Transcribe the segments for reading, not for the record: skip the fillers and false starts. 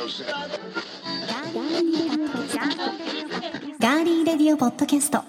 ガーリーレディオポッドキャスト。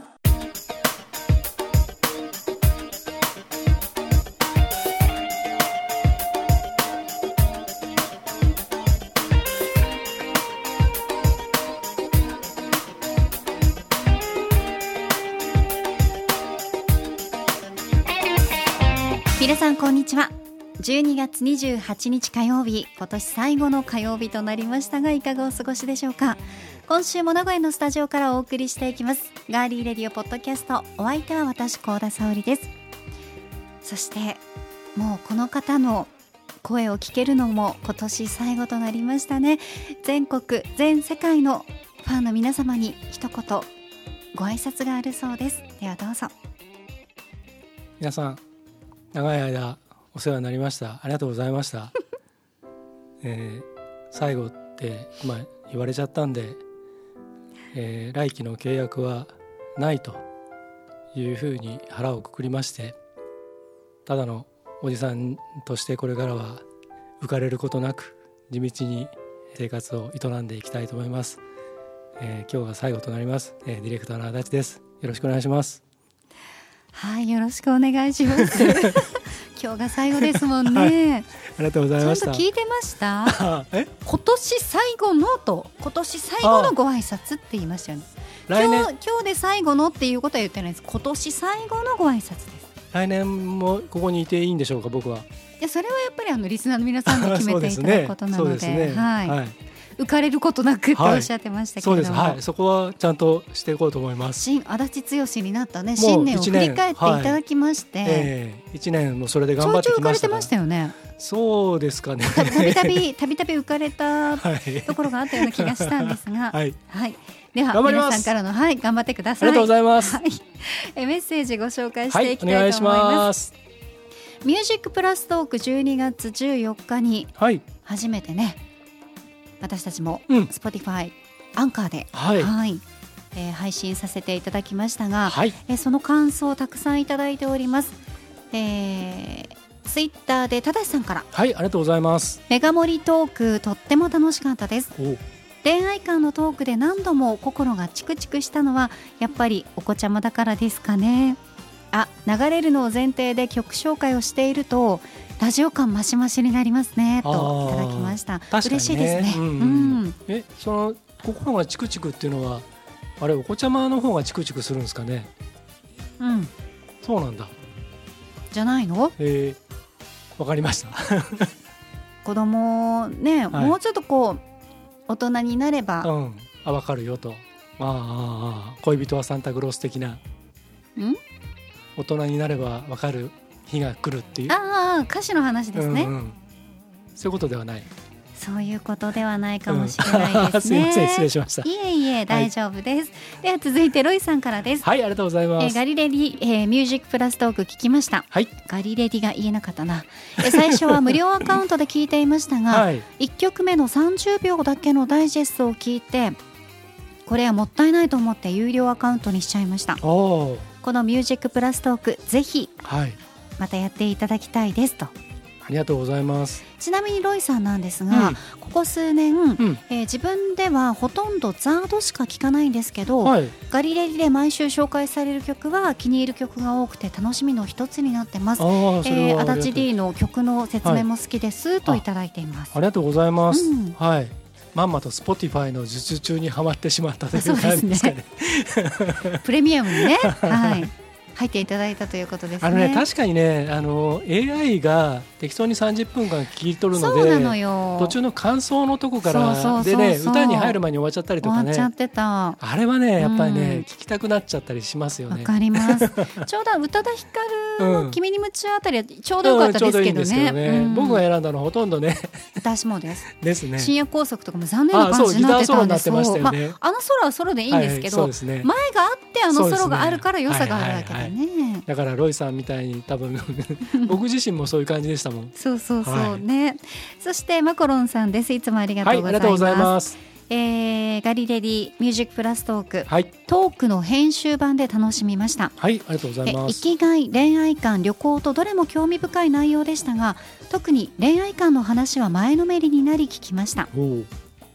皆さんこんにちは。12月28日火曜日、今年最後の火曜日となりましたが、いかがお過ごしでしょうか。今週も名古屋のスタジオからお送りしていきます、ガーリーレディオポッドキャスト。お相手は私、幸田沙織です。そしてもうこの方の声を聞けるのも今年最後となりましたね。全国全世界のファンの皆様に一言ご挨拶があるそうです。ではどうぞ。 皆さん長い間お世話になりました。ありがとうございました、最後って言われちゃったんで、来期の契約はないというふうに腹をくくりまして、ただのおじさんとしてこれからは浮かれることなく地道に生活を営んでいきたいと思います。今日が最後となります、ディレクターの足立です。よろしくお願いします。 はい、よろしくお願いします今日が最後ですもんね、はい、 ありがとうございました。 ちゃんと聞いてました今年最後のと、今年最後のご挨拶って言いましたよね。今日で最後のっていうことは言ってないです。今年最後のご挨拶です。 来年もここにいていいんでしょうか。僕は。いや、それはやっぱりリスナーの皆さんに決めていただくことなので、はい、浮かれることなくっておっしゃってましたけれども、 そうです、はい、そこはちゃんとしていこうと思います。 新足立剛になったね、新年を振り返っていただきまして、 1年もそれで頑張ってきました。 ちょいちょい浮かれてましたよね。 そうですかね。 たびたび浮かれたところがあったような気がしたんですが、はいはい、では皆さんからの、はい、頑張ってください。 ありがとうございます、 はい、メッセージご紹介していきたいと思います。 お願いします。 ミュージックプラストーク12月14日に初めてね、私たちも Spotify、アンカーで、配信させていただきましたが、その感想をたくさんいただいております。ツイッターでただしさんから、 ありがとうございます。 メガ盛りトークとっても楽しかったです。恋愛観のトークで何度も心がチクチクしたのはやっぱりお子ちゃまだからですかね。流れるのを前提で曲紹介をしているとラジオ感マシマシになりますねといただきました。嬉しいですね。 その心がチクチクっていうのはあれ、お子ちゃまの方がチクチクするんですかね。そうなんだ。 じゃないの？ わかりました子供ね、もうちょっとこう大人になれば、 わかるよと。恋人はサンタクロース的な、大人になればわかる日が来るっていう、 歌詞の話ですね。 そういうことではない。 そういうことではないかもしれないですね。 すいません、失礼しました。 いえ大丈夫です。では続いてロイさんからです。 ありがとうございます。 ガリレディ、ミュージックプラストーク聞きました。ガリレディが言えなかったな。最初は無料アカウントで聞いていましたが、1曲目の30秒だけのダイジェストを聞いて、これはもったいないと思って有料アカウントにしちゃいました。このミュージックプラストークぜひまたやっていただきたいですと。 ありがとうございます。 ちなみにロイさんなんですが、ここ数年、自分ではほとんどザードしか聴かないんですけど、ガリレディで毎週紹介される曲は気に入る曲が多くて楽しみの一つになってます。足立 D の曲の説明も好きですといただいています。 ありがとうございます。まんまと Spotify の術中にはまってしまったという感じですかね。 プレミアムにね、入っていただいたということですね。 確かにね、AI が適当に30分間聞き取るので、途中の感想のとこからでね、歌に入る前に終わっちゃったりとかね、 終わっちゃってた。 あれはね、やっぱりね、聞きたくなっちゃったりしますよね。 わかりますちょうど宇多田ヒカルの君に夢中あたりはちょうどよかったですけどね。 僕が選んだのほとんどね私もですね。 深夜高速とかも残念な感じになってたんですよ。 あのソロはソロでいいんですけど、前があってソロがあるから良さがあるわけでね。 だからロイさんみたいに多分僕自身もそういう感じでしたもん。 そうね。そしてマコロンさんです。いつもありがとうございます。ガリレディミュージックプラストーク、トークの編集版で楽しみました。 ありがとうございます。 生きがい、恋愛観、旅行とどれも興味深い内容でしたが、特に恋愛観の話は前のめりになり聞きました。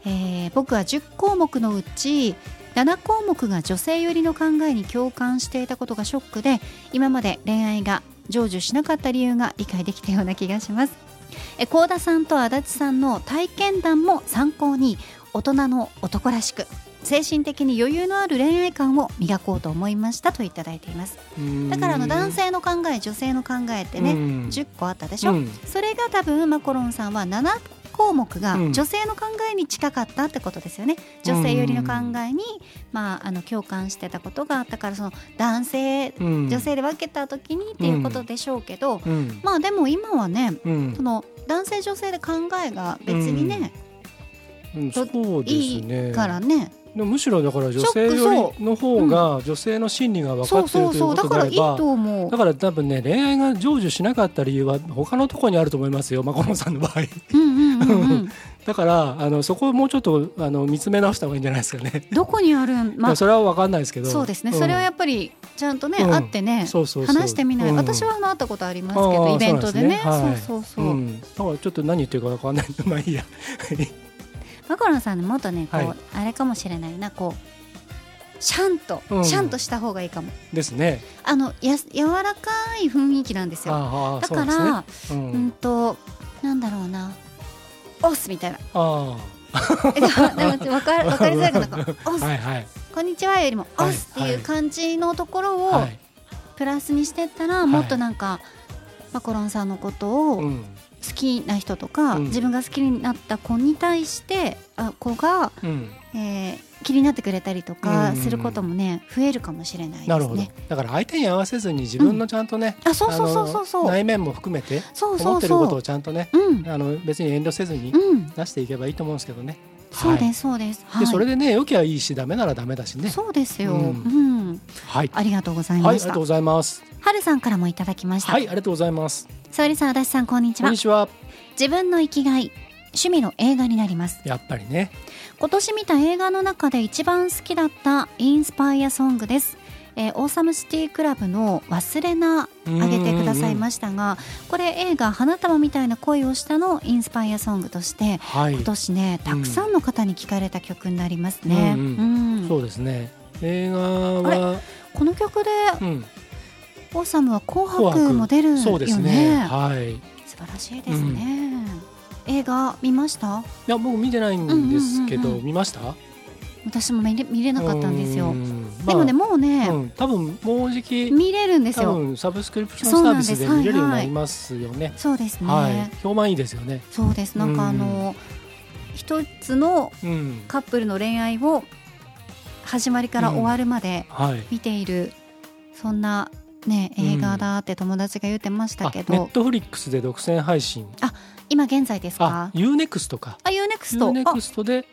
僕は10項目のうち7項目が女性寄りの考えに共感していたことがショックで、今まで恋愛が成就しなかった理由が理解できたような気がします。幸田さんと足立さんの体験談も参考に、大人の男らしく精神的に余裕のある恋愛観を磨こうと思いましたといただいています。だから男性の考え女性の考えってね、10個あったでしょ、それが多分マコロンさんは7項目が女性の考えに近かったってことですよね。女性寄りの考えに、共感してたことがあったから、その男性、女性で分けた時にっていうことでしょうけど、でも今はね、その男性女性で考えが別にね、 そうですね、 いいからね。 むしろだから女性よりの方が女性の心理が分かっているということであれば、 だからいいと思う。 だから多分ね、恋愛が成就しなかった理由は他のところにあると思いますよ、マコロンさんの場合。だからそこをもうちょっと見つめ直した方がいいんじゃないですかね。 どこにあるん、 それは分かんないですけど。 そうですね、それはやっぱりちゃんとね、会ってね、話してみない。私は会ったことありますけど、イベントでね。だからちょっと何言ってるか分かんないまあいいや。 マコロンさんのもっとね、あれかもしれないな、シャンとした方がいいかもですね。 柔らかい雰囲気なんですよ。だから、なんだろうな、オスみたいな。でも分かりづらいかな、オス、こんにちはよりもオスっていう感じのところをプラスにしてったら、もっとなんかマコロンさんのことを好きな人とか、自分が好きになった子に対して子が、気になってくれたりとかすることもね、増えるかもしれないですね。なるほど。 だから相手に合わせずに自分のちゃんとね、内面も含めて思ってることをちゃんとね、別に遠慮せずに出していけばいいと思うんですけどね。 そうですそうです。 それでね、良きゃいいし、ダメならダメだしね。 そうですよ。ありがとうございました。 ありがとうございます。 はるさんからもいただきました。 ありがとうございます。 沙織さん、足立さん、こんにちは。 こんにちは。 自分の生きがい、趣味の映画になります。 やっぱりね。 今年見た映画の中で一番好きだったインスパイアソングです。オーサムシティクラブの忘れなあげてくださいましたが、これ映画花束みたいな恋をしたのインスパイアソングとして、今年ね、たくさんの方に聴かれた曲になりますね。 そうですね。映画はこの曲で、オーサムは紅白も出るよね。そうですね。素晴らしいですね。映画見ました？ いや、僕見てないんですけど、見ました？ 私も見れなかったんですよ。でもね、もうね、 多分もうじき見れるんですよ。 多分サブスクリプションサービスで見れるようになりますよね。 そうですね。 評判いいですよね。 そうです。なんか一つのカップルの恋愛を始まりから終わるまで見ている、そんなね、映画だって友達が言ってましたけど。 ネットフリックスで独占配信。 今現在ですか ？UNEXT か。UNEXT で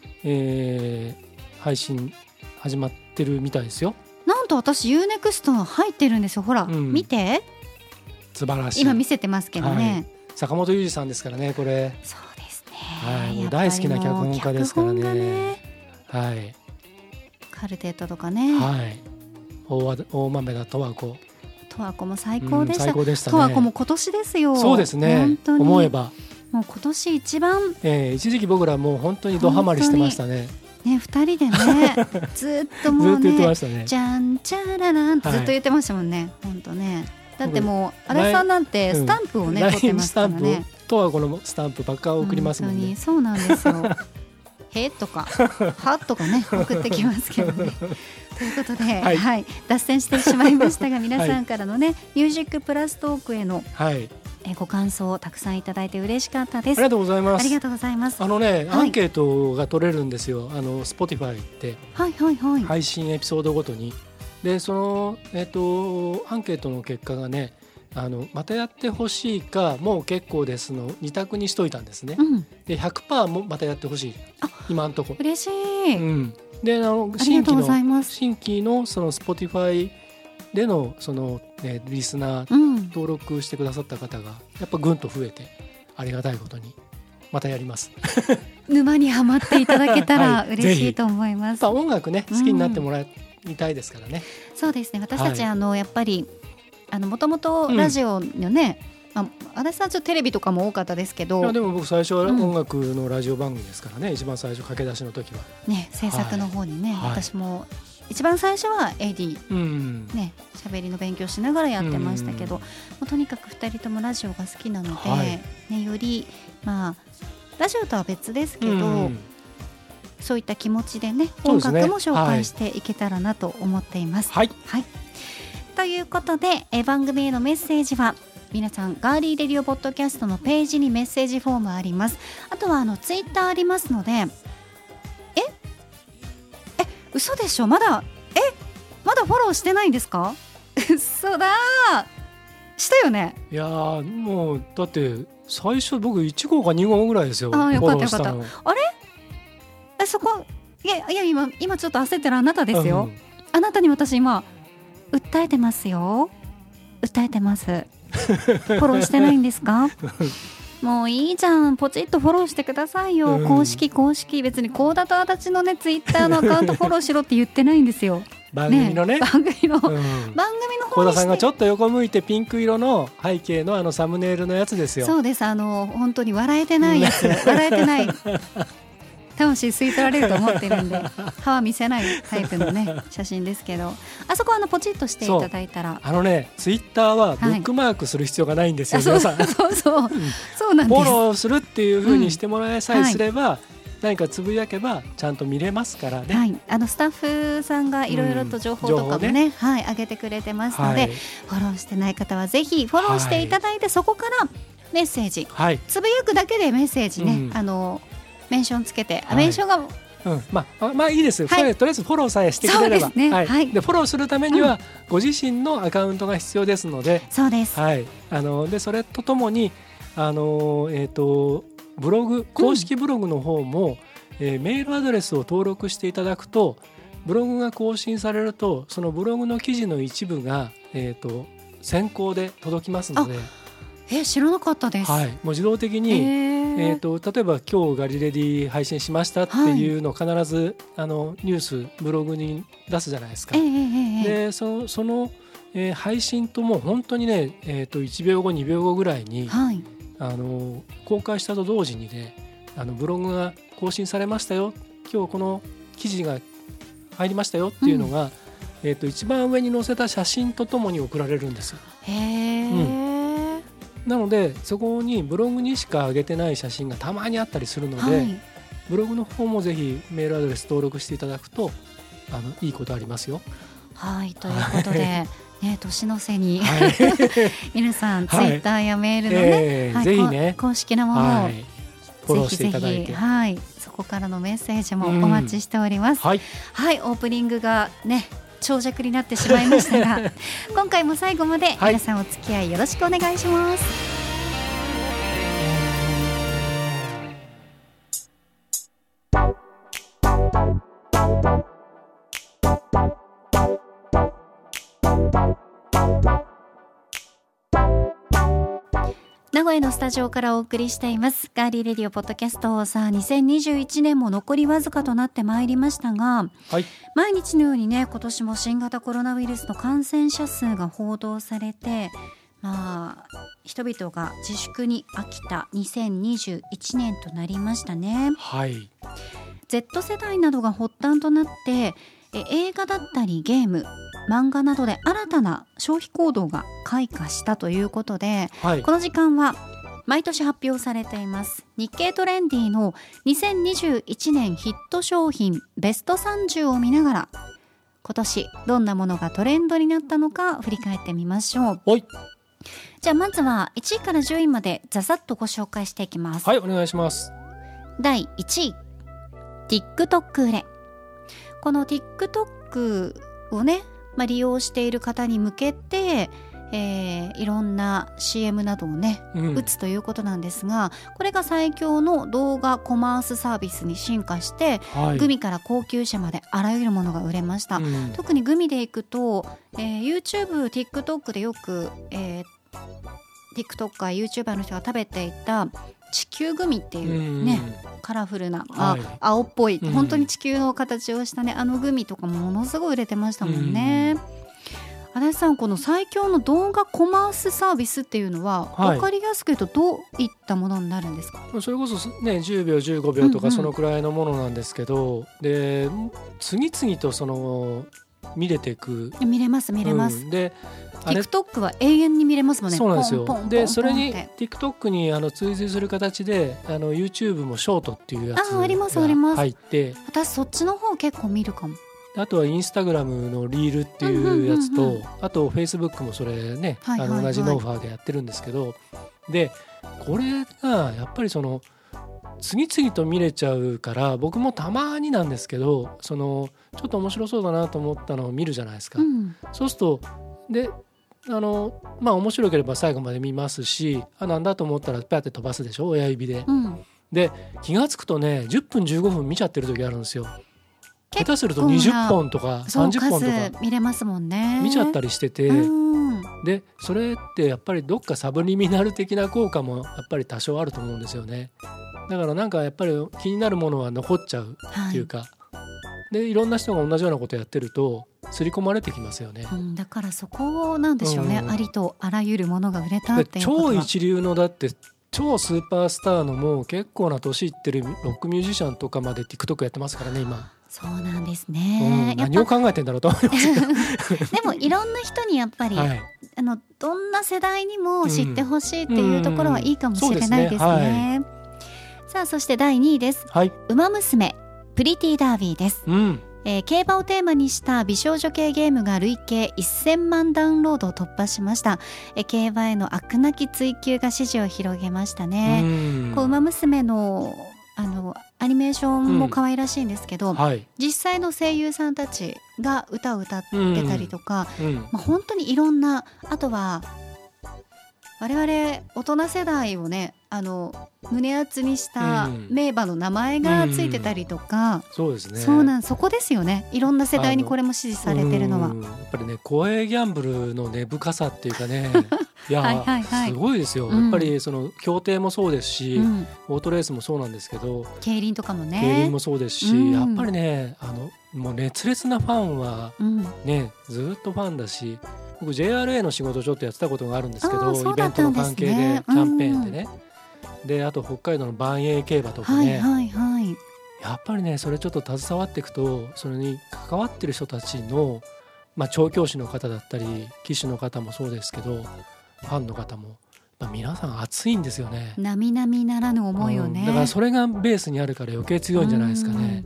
配信始まってるみたいですよ。 なんと私 UNEXT 入ってるんですよ。ほら、見て。 素晴らしい。 今見せてますけどね。 坂本裕二さんですからね、これ。 そうですね。 もう大好きな脚本家ですからね。 カルテットとかね。 大豆田十和子。 十和子も最高でした。 最高でしたね。 十和子も今年ですよ。 そうですね。本当に思えば。 もう今年一番。 一時期僕らもう本当にドハマりしてましたね。 ね、二人でね、ずっともうね、 ずっと言ってましたね。 じゃんちゃららんってずっと言ってましたもんね。本当ね。だってもう足立さんなんてスタンプをね、取ってますからね。 十和子のスタンプばっか送りますもんね。 そうなんですよ。へとかはとかね、送ってきますけどね。ということで、脱線してしまいましたが、皆さんからのね、ミュージックプラストークへのご感想をたくさんいただいて嬉しかったです。 ありがとうございます。 ありがとうございます。 アンケートが取れるんですよ。Spotify って配信エピソードごとに。で、そのアンケートの結果がね、またやってほしいかもう結構ですの2択にしといたんですね。で 100% もまたやってほしい。今のところ。 嬉しい。 で新規のその Spotify でのそのリスナー登録してくださった方がやっぱぐんと増えて、ありがたいことにまたやります。 沼にはまっていただけたら嬉しいと思います。 音楽ね、好きになってもらいたいですからね。 そうですね。私たちやっぱりもともとラジオのね、 私はちょっとテレビとかも多かったですけど、 いやでも僕最初は音楽のラジオ番組ですからね、一番最初駆け出しの時はね、制作の方にね、 はい、 私も一番最初は AD、ね、喋りの勉強しながらやってましたけど、もうとにかく2人ともラジオが好きなので、ね、より、ラジオとは別ですけど、そういった気持ちでね、音楽も紹介していけたらなと思っています。ということで、番組へのメッセージは皆さんガーリーレディオポッドキャストのページにメッセージフォームあります。あとはツイッターありますので、嘘でしょ、まだフォローしてないんですか？嘘だしたよね。いやもうだって最初僕1号か2号ぐらいですよ。 よかったよかった。あれそこいや今ちょっと焦ってるあなたですよ、あなたに私今訴えてますよ。訴えてます。フォローしてないんですか？もういいじゃん、ポチッとフォローしてくださいよ、公式別にコーダと足立のねツイッターのアカウントフォローしろって言ってないんですよ。 番組のね、 番組の方に小田さんがちょっと横向いてピンク色の背景のサムネイルのやつですよ。 そうです、本当に笑えてないやつ笑えてない魂吸い取られると思ってるんで歯は見せないタイプのね写真ですけど、あそこはポチッとしていただいたら、 ツイッターはブックマークする必要がないんですよ、皆さん。 そうなんです。 フォローするっていう風にしてもらえさえすれば、何かつぶやけばちゃんと見れますからね。 スタッフさんがいろいろと情報とかもね、上げてくれてますので、フォローしてない方はぜひフォローしていただいて、そこからメッセージ、つぶやくだけでメッセージね、メンションつけて、メンションがいいですよ、とりあえずフォローさえしてくれれば。でフォローするためにはご自身のアカウントが必要ですので、 そうです。 でそれとともにブログ、公式ブログの方も、メールアドレスを登録していただくと、ブログが更新されるとそのブログの記事の一部が、先行で届きますので。 知らなかったです。 もう自動的に、例えば今日ガリレディ配信しましたっていうのを必ず、ニュースブログに出すじゃないですか。でその、配信とも本当にね、1秒後2秒後ぐらいに、公開したと同時にね、ブログが更新されましたよ、今日この記事が入りましたよっていうのが、一番上に載せた写真とともに送られるんですよ。なのでそこにブログにしか上げてない写真がたまにあったりするので、ブログの方もぜひメールアドレス登録していただくといいことありますよ。 ということで年の瀬に、皆さんツイッターやメールのね、 ぜひね公式なものをフォローしていただいて、 そこからのメッセージもお待ちしております。オープニングがね長尺になってしまいましたが今回も最後まで皆さんお付き合いよろしくお願いします。名古屋のスタジオからお送りしていますガーリーレディオポッドキャスト。さあ2021年も残りわずかとなってまいりましたが、毎日のようにね、今年も新型コロナウイルスの感染者数が報道されて、人々が自粛に飽きた2021年となりましたね。Z 世代などが発端となって映画だったりゲーム、漫画などで新たな消費行動が開花したということで、この時間は毎年発表されています日経トレンディの2021年ヒット商品ベスト30を見ながら、今年どんなものがトレンドになったのか振り返ってみましょう。じゃあまずは1位から10位までざざっとご紹介していきます。 お願いします。 第1位 TikTok 売れ。この TikTok をね、利用している方に向けて、いろんな CM などをね、打つということなんですが、これが最強の動画コマースサービスに進化して、グミから高級車まであらゆるものが売れました。特にグミでいくと、YouTube、TikTok でよく、TikToker、YouTuber の人が食べていた地球グミっていうね、カラフルな、青っぽい、本当に地球の形をしたね、グミとかもものすごい売れてましたもんね。 足立さん、この最強の動画コマースサービスっていうのは、 はい分かりやすく言うとどういったものになるんですか？ それこそね10秒15秒とかそのくらいのものなんですけど、で次々とその見れていく。 見れます見れます、 であれ TikTok は永遠に見れますもんね。 そうなんですよ。 ポンポンポンポンってでそれに TikTok に追随する形でYouTube もショートっていうやつありますありがます入って、 私そっちの方結構見るかも。 あとはインスタグラムのリールっていうやつと、 うんうんうんうんあとフェイスブックもそれね、 はいはいはい同じノウハウでやってるんですけど、でこれがやっぱりその次々と見れちゃうから、僕もたまになんですけど、そのちょっと面白そうだなと思ったのを見るじゃないですか、そうするとで面白ければ最後まで見ますし、なんだと思ったらペアって飛ばすでしょ、親指で、で気がつくとね10分15分見ちゃってる時あるんですよ。下手すると20本とか30本とか見れますもんね。 見ちゃったりしてて、でそれってやっぱりどっかサブリミナル的な効果もやっぱり多少あると思うんですよね。だからなんかやっぱり気になるものは残っちゃうっていうか、でいろんな人が同じようなことやってると刷り込まれてきますよね、 だからそこなんでしょうね、ありとあらゆるものが売れたっていうことは。 超一流のだって超スーパースターのもう結構な年いってるロックミュージシャンとかまで TikTok やってますからね今。 そうなんですね、 何を考えてんだろうと思いますけどでもいろんな人にやっぱり、どんな世代にも知ってほしいっていうところはいいかもしれないですね。さあそして第2位です、ウマ娘プリティダービーです、競馬をテーマにした美少女系ゲームが累計1000万ダウンロードを突破しました。競馬への飽くなき追求が支持を広げましたね。ウマ娘のアニメーションも可愛らしいんですけど、実際の声優さんたちが歌を歌ってたりとか、本当にいろんな、あとは我々大人世代をね胸厚にした名馬の名前がついてたりとか、 そうですね、 そこですよね。いろんな世代にこれも支持されてるのはやっぱりね、公営ギャンブルの根深さっていうかねいやすごいですよ、やっぱりその競艇もそうですし、オートレースもそうなんですけど、 競輪とかもね、 競輪もそうですし、やっぱりねもう熱烈なファンはね、ずっとファンだし、僕 JRA の仕事をちょっとやってたことがあるんですけど、イベントの関係でキャンペーンでね、であと北海道の万栄競馬とかね、やっぱりねそれちょっと携わっていくと、それに関わってる人たちの、調教師の方だったり騎手の方もそうですけど、ファンの方も、皆さん熱いんですよね。 並々ならぬ思いをね、 だからそれがベースにあるから余計強いんじゃないですかね。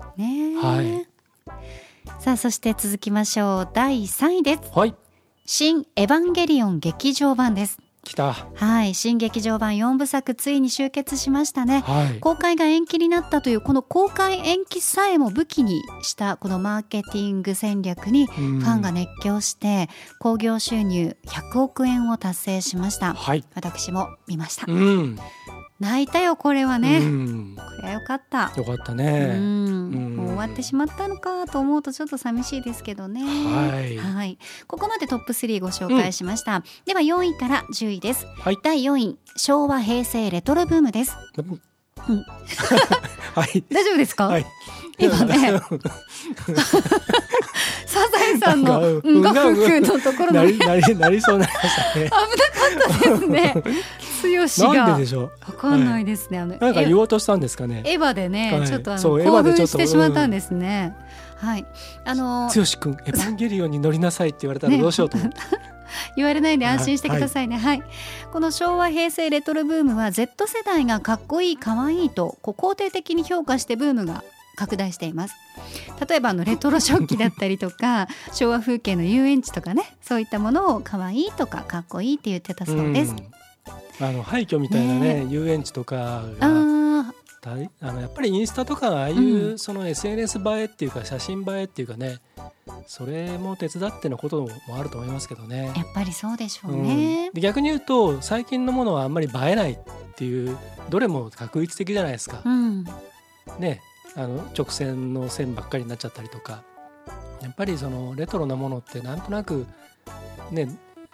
さあそして続きましょう。第3位です、新エヴァンゲリオン劇場版です。 来た。 新劇場版4部作ついに集結しましたね、公開が延期になったというこの公開延期さえも武器にしたこのマーケティング戦略にファンが熱狂して興行収入100億円を達成しました、私も見ました、泣いたよこれはね、これはよかった、 よかったね。 もう終わってしまったのかと思うとちょっと寂しいですけどね。ここまでトップ3ご紹介しました、では4位から10位です、第4位昭和平成レトロブームです、大丈夫ですか、今ねサザエさんのうんがふくのところのなりそうになりましたね。 危なかったですね剛がなんででしょう、 分かんないですね、 なんか言おうとしたんですかね。 エヴァでね、ちょっと興奮してしまったんですね。剛くんエヴァンゲリオンに乗りなさいって言われたらどうしようと思って言われないで安心してくださいね。この昭和平成レトロブームは Z 世代がかっこいいかわいいと肯定的に評価してブームが拡大しています。例えばレトロ食器だったりとか昭和風景の遊園地とかね、そういったものをかわいいとかかっこいいって言ってたそうです。 廃墟みたいなね、遊園地とかがやっぱりインスタとかああいうその SNS 映えっていうか写真映えっていうかね、それも手伝ってのこともあると思いますけどね。 やっぱりそうでしょうね、 で逆に言うと最近のものはあんまり映えないっていう、どれも確一的じゃないですか、ね、直線の線ばっかりになっちゃったりとか、やっぱりそのレトロなものってなんとなくね、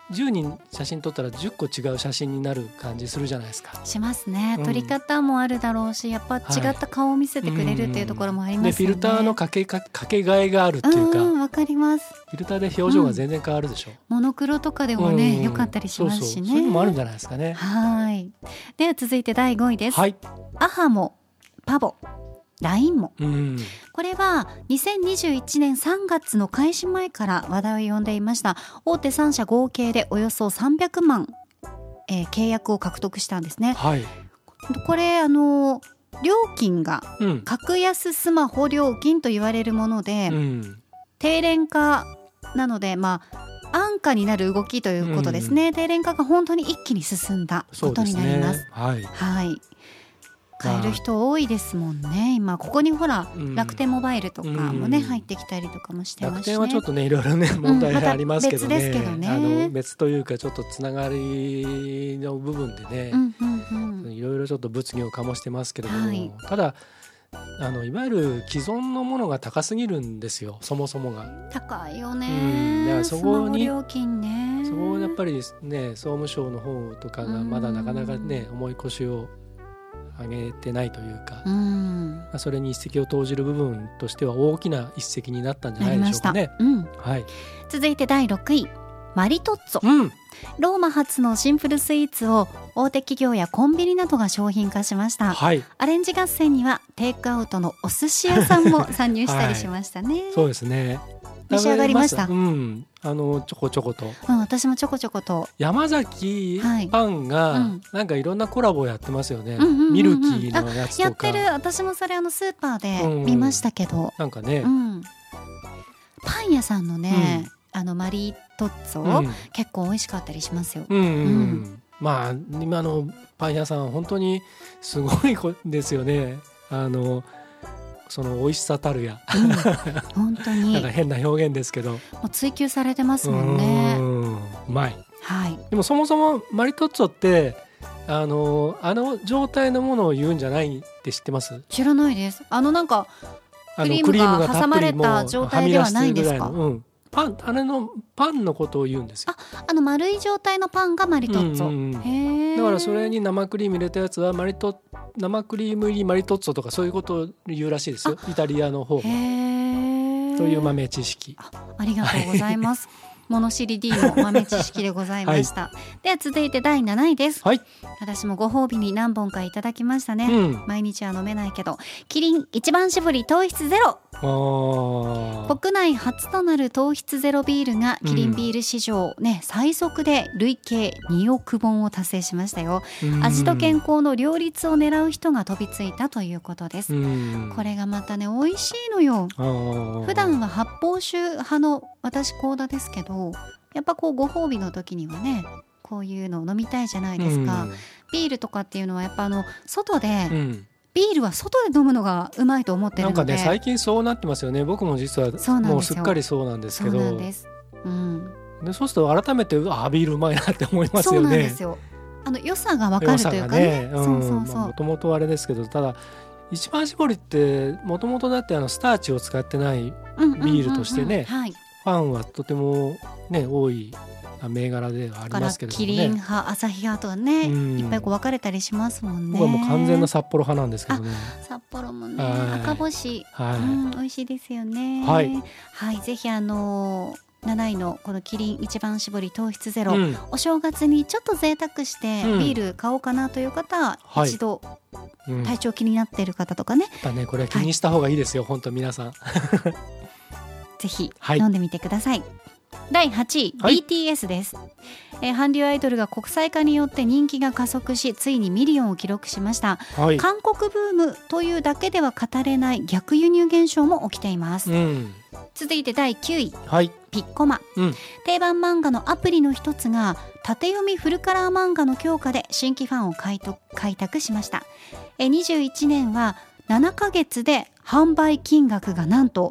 10人写真撮ったら10個違う写真になる感じするじゃないですか。 しますね。撮り方もあるだろうし、やっぱ違った顔を見せてくれるっていうところもありますよね。 でフィルターのかけがえがあるっていうか、 わかります。 フィルターで表情が全然変わるでしょ。 モノクロとかでもね、良かったりしますしね。 そういうのもあるんじゃないですかね。 はい。では続いて第5位です。 はい。 アハモ、パボ、LINE も、これは2021年3月の開始前から話題を呼んでいました。大手3社合計でおよそ300万、契約を獲得したんですね。 はい。 これ料金が格安スマホ料金と言われるもので、低廉化なので安価になる動きということですね。低廉化が本当に一気に進んだことになります。はい。買える人多いですもんね。今ここにほら、楽天モバイルとかもね、入ってきたりとかもしてますしね。 楽天はちょっとねいろいろね問題がありますけどね。 別ですけどね。 別というかちょっとつながりの部分でね、いろいろちょっと物議を醸してますけれども、ただいわゆる既存のものが高すぎるんですよ。そもそもが高いよね。だからそこにスマホ料金ね。 そこをやっぱりね、総務省の方とかがまだなかなかね重い腰を上げてないというか、それに一石を投じる部分としては大きな一石になったんじゃないでしょうかね。はい。 続いて第6位、マリトッツォ。ローマ発のシンプルスイーツを大手企業やコンビニなどが商品化しました。アレンジ合戦にはテイクアウトのお寿司屋さんも参入したりしましたね。 そうですね。 召し上がりました？ ちょこちょこと、 私もちょこちょこと。 山崎パンがなんかいろんなコラボをやってますよね。ミルキーのやつとかやってる。私もそれスーパーで見ましたけど、 なんかね、 パン屋さんのね、マリトッツォ、結構美味しかったりしますよ。今のパン屋さん本当にすごいですよね。その美味しさたるや、 本当になんか変な表現ですけど、もう追求されてますもんね。 うまい。でもそもそもマリトッツォってあの状態のものを言うんじゃないって知ってます？ 知らないです。なんかクリームが挟まれた状態ではないんですか？ パンのことを言うんですよ。 丸い状態のパンがマリトッツォ。 だからそれに生クリーム入れたやつは生クリーム入りマリトッツォとかそういうことを言うらしいですよ。イタリアの方が。という豆知識。 ありがとうございます。物知り D の豆知識でございました。では続いて第7位です。私もご褒美に何本かいただきましたね。毎日は飲めないけど、キリン一番搾り糖質ゼロ。国内初となる糖質ゼロビールがキリンビール史上最速で累計2億本を達成しましたよ。味と健康の両立を狙う人が飛びついたということです。これがまたね美味しいのよ。普段は発泡酒派の私コーダですけど、やっぱご褒美の時にはねこういうのを飲みたいじゃないですか。ビールとかっていうのはやっぱ外で、ビールは外で飲むのがうまいと思ってるので、 なんかね最近そうなってますよね。僕も実はもうすっかりそうなんですけど、でそうすると改めてビールうまいなって思いますよね。 そうなんですよ。良さが分かるというかね。 もともとあれですけど、ただ一番搾りってもともとだってスターチを使ってないビールとしてね、ファンはとてもね多い銘柄ではありますけれどもね。キリン派、アサヒ派とはね、いっぱい分かれたりしますもんね。 僕はもう完全な札幌派なんですけどね。 札幌もね、赤星、美味しいですよね。ぜひ7位のこのキリン一番搾り糖質ゼロ、お正月にちょっと贅沢してビール買おうかなという方は、一度体調気になっている方とかね、 これは気にした方がいいですよ、本当皆さん。 ぜひ飲んでみてください。第8位、BTS です。韓流アイドルが国際化によって人気が加速し、ついにミリオンを記録しました。韓国ブームというだけでは語れない逆輸入現象も起きています。続いて第9位、ピッコマ、定番漫画のアプリの一つが縦読みフルカラー漫画の強化で新規ファンを開拓しました。21年は7ヶ月で販売金額がなんと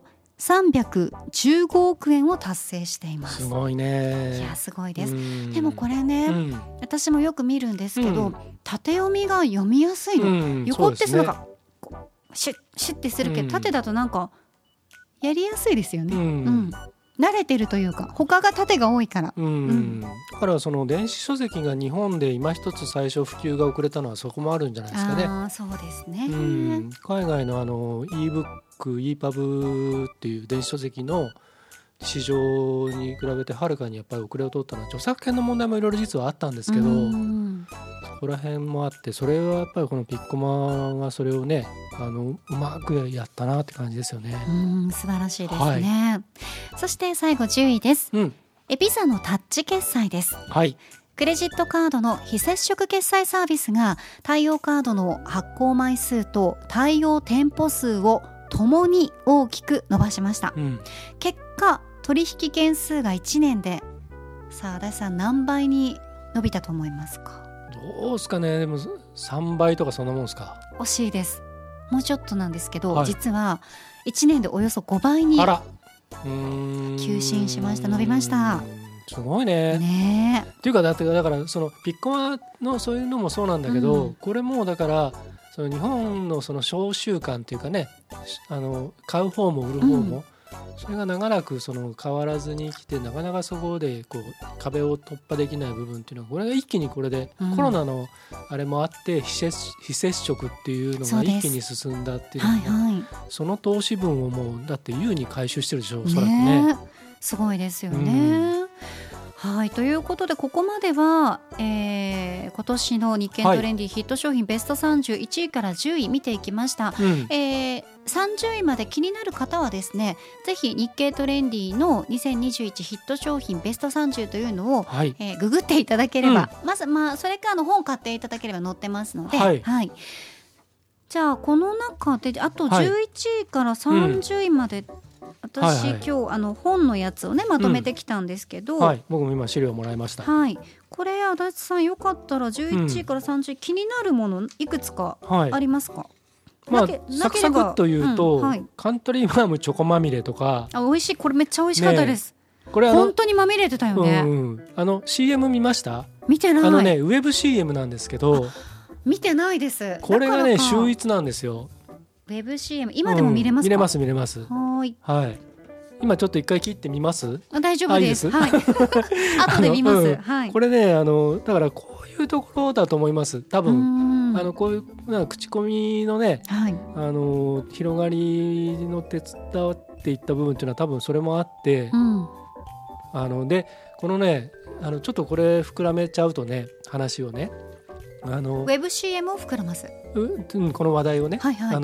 315億円を達成しています。 すごいね。 いやすごいです。でもこれね、私もよく見るんですけど、縦読みが読みやすいの。横ってなんかシュッシュッってするけど、縦だとなんかやりやすいですよね。 慣れてるというか他が縦が多いから、 だからその電子書籍が日本で今一つ最初普及が遅れたのはそこもあるんじゃないですかね。 そうですね、 海外のEBook、EPUB っていう電子書籍の市場に比べてはるかにやっぱり遅れを取ったのは著作権の問題もいろいろ実はあったんですけど、そこら辺もあって、それはやっぱりこのピッコマがそれをねうまくやったなって感じですよね。 素晴らしいですね、そして最後10位です、ビザのタッチ決済です。クレジットカードの非接触決済サービスが対応カードの発行枚数と対応店舗数をともに大きく伸ばしました、結果取引件数が1年でさあ足立さん何倍に伸びたと思いますか？ どうですかね。でも3倍とかそんなもんですか？ 惜しいです。もうちょっとなんですけど、実は1年でおよそ5倍に急進しました。伸びました。 すごいね。っていうかだからそのピッコマのそういうのもそうなんだけど、これもだからその日本のその商習慣っていうかね、買う方も売る方も、それが長らくその変わらずに来て、なかなかそこでこう壁を突破できない部分っていうのは、これが一気にこれで、コロナのあれもあって非接触っていうのが一気に進んだっていうのが、その投資分をもうだって優に回収してるでしょう、おそらくね。 すごいですよね。ということでここまでは、今年の日経トレンディヒット商品ベスト31位から10位見ていきました、30位まで気になる方はですね、ぜひ日経トレンディの2021ヒット商品ベスト30というのを、ググっていただければ、まずそれから本買っていただければ載ってますので、じゃあこの中であと11位から30位まで、私、今日本のやつをねまとめてきたんですけど、 僕も今資料もらいました。 これ足立さんよかったら11位から30位、気になるものいくつかありますか？ サクサクっと言うと、カントリーマームチョコまみれとか、 美味しい。これめっちゃ美味しかったです、これ本当にまみれてたよね。 CM 見ました？見てない。ウェブ CM なんですけど、 見てないです。 これがね秀逸なんですよ。 ウェブ CM 今でも見れますか？ 見れます。今ちょっと一回切ってみます？ 大丈夫です。後で見ます。 これねだからこういうところだと思います。多分こういう口コミのね、広がりの手伝っていった部分っていうのは多分それもあって、でこのねちょっとこれ膨らめちゃうとね、話をねウェブ CM を膨らます、 この話題をね、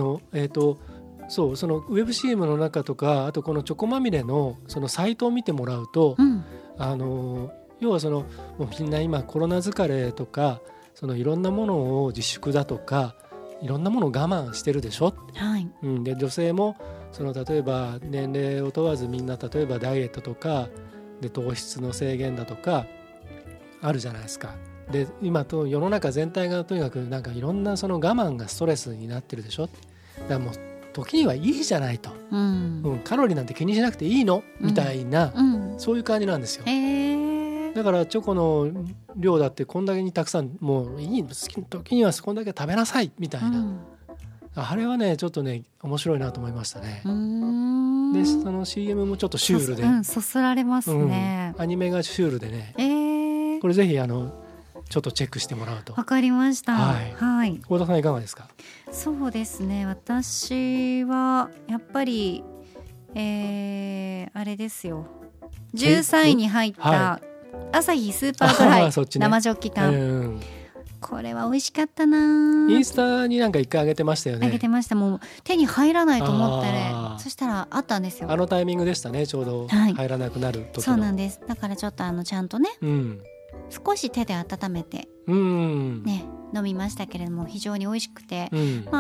そのウェブ CM の中とか、あとこのチョコまみれのそのサイトを見てもらうと、要はもうみんな今コロナ疲れとか、いろんなものを自粛だとかいろんなものを我慢してるでしょ、で女性も例えば年齢を問わずみんな例えばダイエットとかで糖質の制限だとかあるじゃないですか。で今と世の中全体がとにかくなんかいろんな我慢がストレスになってるでしょ。だからもう時にはいいじゃないと、カロリーなんて気にしなくていいのみたいな、そういう感じなんですよ。だからチョコの量だってこんだけにたくさん、もういい、好きな時にはこんだけ食べなさいみたいな、あれはねちょっとね面白いなと思いましたね。でその CM もちょっとシュールで、 そそられますね、 アニメがシュールでね、これぜひちょっとチェックしてもらうと。 わかりました。 幸田さんいかがですか？ そうですね、私はやっぱり、あれですよ、13位に入ったアサヒスーパードライ生ジョッキ缶、これは美味しかったな。 インスタになんか一回上げてましたよね。 上げてました。もう手に入らないと思ってね、そしたらあったんですよ。 タイミングでしたね、ちょうど入らなくなる時の。 そうなんです。だからちょっとちゃんとね、少し手で温めて、飲みましたけれども、非常に美味しくて、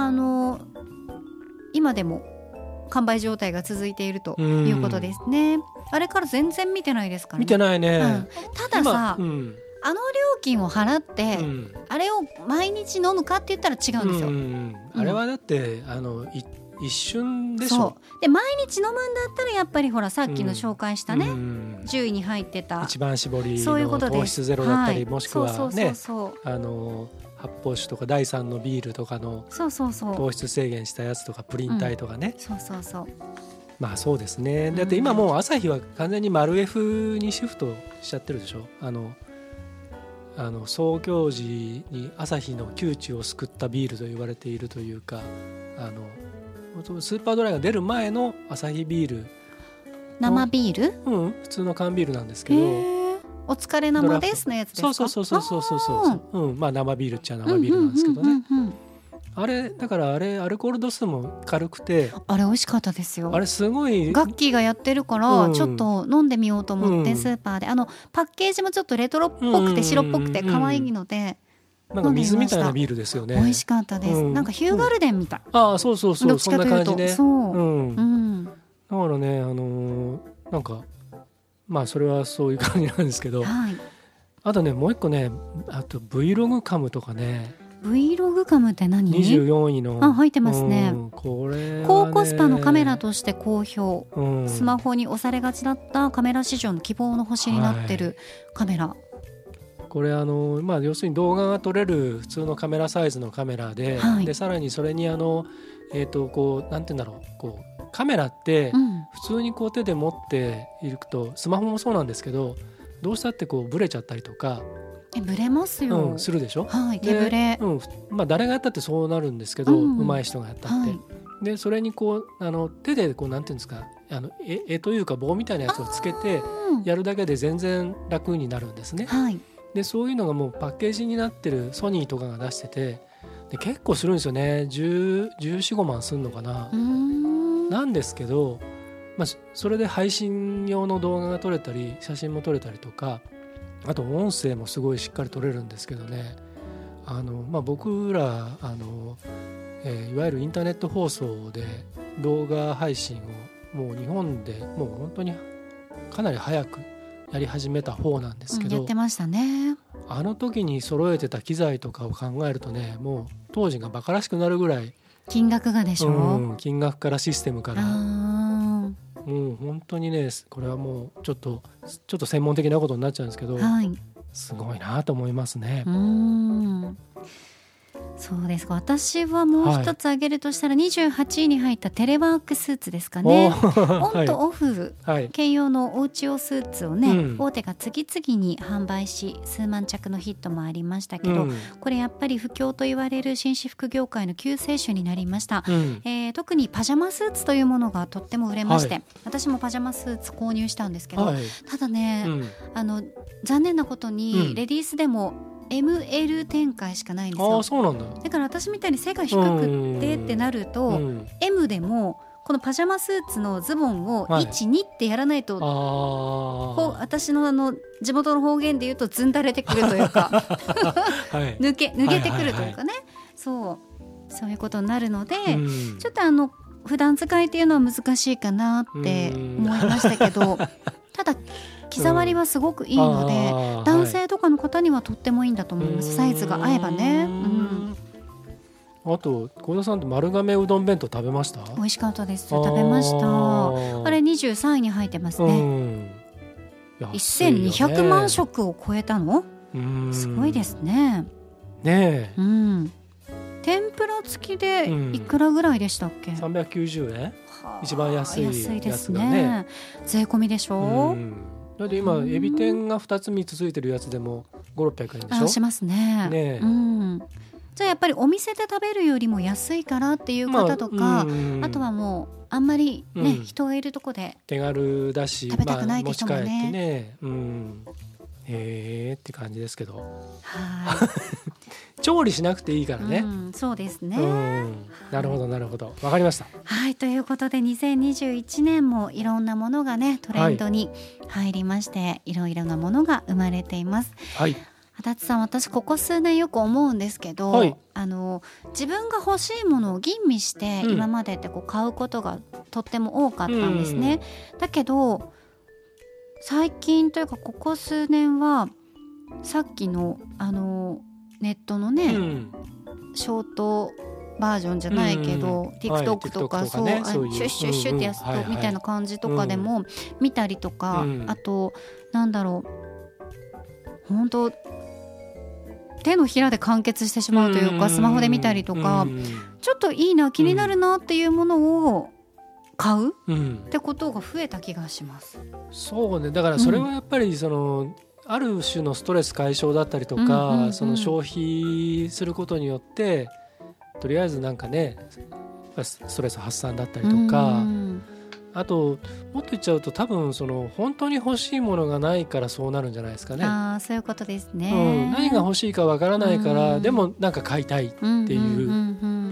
今でも完売状態が続いているということですね。あれから全然見てないですからね。 見てないね、 たださ、料金を払って、あれを毎日飲むかって言ったら違うんですよ、 あれはだって一瞬でしょ。 で毎日飲むんだったらやっぱりほらさっきの紹介したね、10位に入ってた一番搾りの糖質ゼロだったり、もしくはね発泡酒とか第3のビールとかの糖質制限したやつとか、プリン体とかね、 まあそうですね。だって今もう朝日は完全に丸 F にシフトしちゃってるでしょ。創業時に朝日の窮地を救ったビールと言われているというか、スーパードライが出る前の朝日ビール、 生ビール、 普通の缶ビールなんですけど、 お疲れ生ですのやつですか。 そうまあ生ビールっちゃ生ビールなんですけどね。あれだからアルコール度数も軽くて、 あれ美味しかったですよ。 あれすごいガッキーがやってるから、ちょっと飲んでみようと思ってスーパーで、パッケージもちょっとレトロっぽくて白っぽくて可愛いので、 なんか水みたいなビールですよね。 美味しかったです。なんかヒューガルデンみたい。 そうそんな感じね。 そう、 だからね、なんかまあそれはそういう感じなんですけど、あとねもう一個ね、あと Vlog カムとかね。 Vlog カムって何 ？24位の入ってますね。 これはね、 高コスパのカメラとして好評、スマホに押されがちだったカメラ市場の希望の星になってるカメラ、 これまあ、要するに動画が撮れる普通のカメラサイズのカメラで、でさらにそれにこうなんて言うんだろう、こうカメラって普通にこう手で持っていくと、スマホもそうなんですけど、どうしたってこうブレちゃったりとか、 ブレますよ、 するでしょ。 手ブレ、 まあ、誰がやったってそうなるんですけど、上手い人がやったって、でそれにこう手でこうなんていうんですか、絵というか棒みたいなやつをつけてやるだけで全然楽になるんですね。でそういうのがもうパッケージになってるソニーとかが出してて、で結構するんですよね。14、15万するのかな。なんですけど、まあ、それで配信用の動画が撮れたり写真も撮れたりとか、あと音声もすごいしっかり撮れるんですけどね、まあ、僕らいわゆるインターネット放送で動画配信をもう日本でもう本当にかなり早くやり始めた方なんですけど、 やってましたね。 あの時に揃えてた機材とかを考えるとね、もう当時がバカらしくなるぐらい金額がでしょ、 金額からシステムから、もう本当にね、これはもうちょっと専門的なことになっちゃうんですけど、すごいなと思いますね。 そうですか。私はもう一つ挙げるとしたら、28位に入ったテレワークスーツですかね。オンとオフ兼用のおうち用スーツをね、大手が次々に販売し、数万着のヒットもありましたけど、これやっぱり不況と言われる紳士服業界の救世主になりました。特にパジャマスーツというものがとっても売れまして、私もパジャマスーツ購入したんですけど、ただね、残念なことにレディースでもML 展開しかないんですよ。 そうなんだ。 だから私みたいに背が低くってってなると、M でもこのパジャマスーツのズボンを 1,2 ってやらないと、私の地元の方言で言うとずんだれてくるというか抜けてくるというかね、そういうことになるので、ちょっと普段使いっていうのは難しいかなって思いましたけどただ着触りはすごくいいので、男性とかの方にはとってもいいんだと思います。サイズが合えばね。 あと小田さんって丸亀うどん弁当食べました？ 美味しかったです。食べました。あれ23位に入ってますね。1200万食を超えたの？すごいですね。 ねえ。 天ぷら付きでいくらぐらいでしたっけ ？390円、一番安いやつがね。安いですね。 税込みでしょ。 だって今エビ天が2つ3つついてるやつでも5、600円でしょ。 しますね。じゃあやっぱりお店で食べるよりも安いからっていう方とか、あとはもうあんまりね、人がいるとこで手軽だし食べたくないって人もね、 持ち帰ってね、って感じですけど、調理しなくていいからね。 そうですね。 なるほどなるほど、わかりました。 はい、ということで2021年もいろんなものがねトレンドに入りまして、いろいろなものが生まれています。足立さん、私ここ数年よく思うんですけど、自分が欲しいものを吟味して今までってこう買うことがとっても多かったんですね。だけど最近というかここ数年はさっきのネットのね、ショートバージョンじゃないけど、TikTok とかシュッシュッシュってやつとみたいな感じとかでも見たりとか、あとなんだろう、本当手のひらで完結してしまうというか、スマホで見たりとか、ちょっといいな、気になるなっていうものを買う、 うん、 ってことが増えた気がします。 そうね、だからそれはやっぱりある種のストレス解消だったりとか、その消費することによってとりあえずなんかねストレス発散だったりとか、あともっと言っちゃうと多分本当に欲しいものがないからそうなるんじゃないですかね。 あ、そういうことですね、 何が欲しいかわからないから、でもなんか買いたいっていう、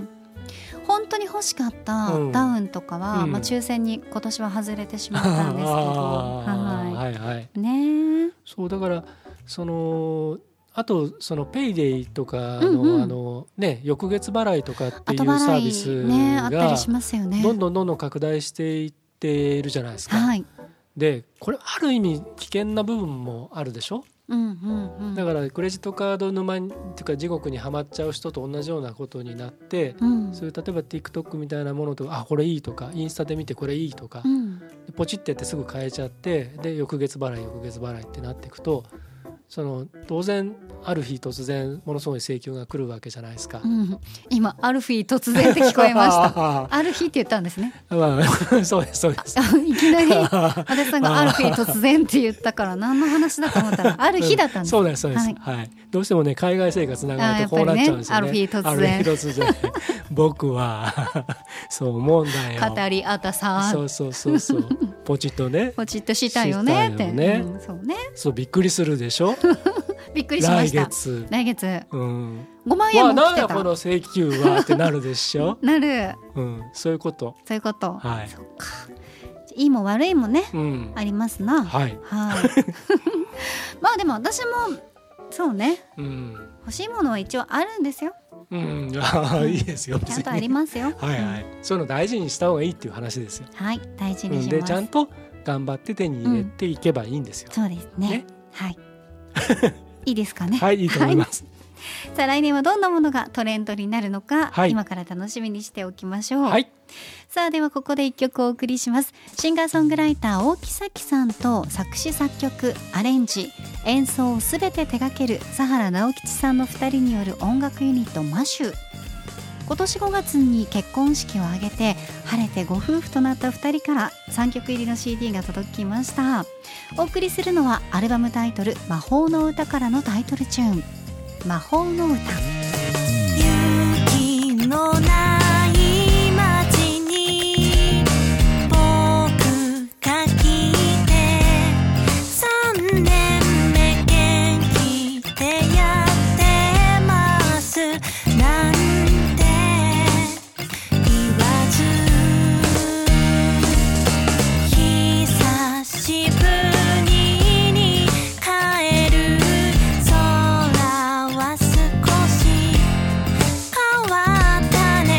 本当に欲しかったダウンとかは、抽選に今年は外れてしまったんですけどはいはい、ね、 そうだからあとペイデイとかの、翌月払いとかっていうサービスがどんどん拡大していっているじゃないですか、はい、でこれある意味危険な部分もあるでしょ。だからクレジットカード沼にというか地獄にはまっちゃう人と同じようなことになって、そういう例えば TikTok みたいなものとかこれいいとかインスタで見てこれいいとか、ポチってやってすぐ買えちゃってで翌月払いってなっていくと当然ある日突然ものすごい請求が来るわけじゃないですか、 今ある日突然って聞こえましたある日って言ったんですね、 そうですそうですいきなり足立さんがある日突然って言ったから何の話だと思ったらある日だったんです。 そうですそうです、はい、どうしてもね海外生活長いとこうなっちゃうんですよね。 ある日突然僕はそう思うんだよ。 語りあったさそうポチッとねポチッとしたよねって、そうね、 そうびっくりするでしょびっくりしました。来月、5万円も来てた、 なんやこの請求はってなるでしょなる、 そういうこと、 そういうこと、 はい、 そっか、いいも悪いもね、ありますな、はいまあでも私もそうね、欲しいものは一応あるんですよ。 いいですよ、 ちゃんとありますよはい、そういうの大事にした方がいいっていう話ですよ。 はい、大事にします、 でちゃんと頑張って手に入れていけばいいんですよ、 そうですね、はいいいですかね。 はい、いいと思います、 さあ来年はどんなものがトレンドになるのか、今から楽しみにしておきましょう、さあではここで一曲お送りします。シンガーソングライター大木咲さんと作詞作曲アレンジ演奏をすべて手掛ける佐原直吉さんの2人による音楽ユニットマシュ。今年5月に結婚式を挙げて晴れてご夫婦となった2人から3曲入りの CD が届きました。お送りするのはアルバムタイトル魔法の歌からのタイトルチューン、魔法の歌。 雪のない街に僕が来て3年目元気でやってますなんて言わず久しぶりに帰る空は少し変わったね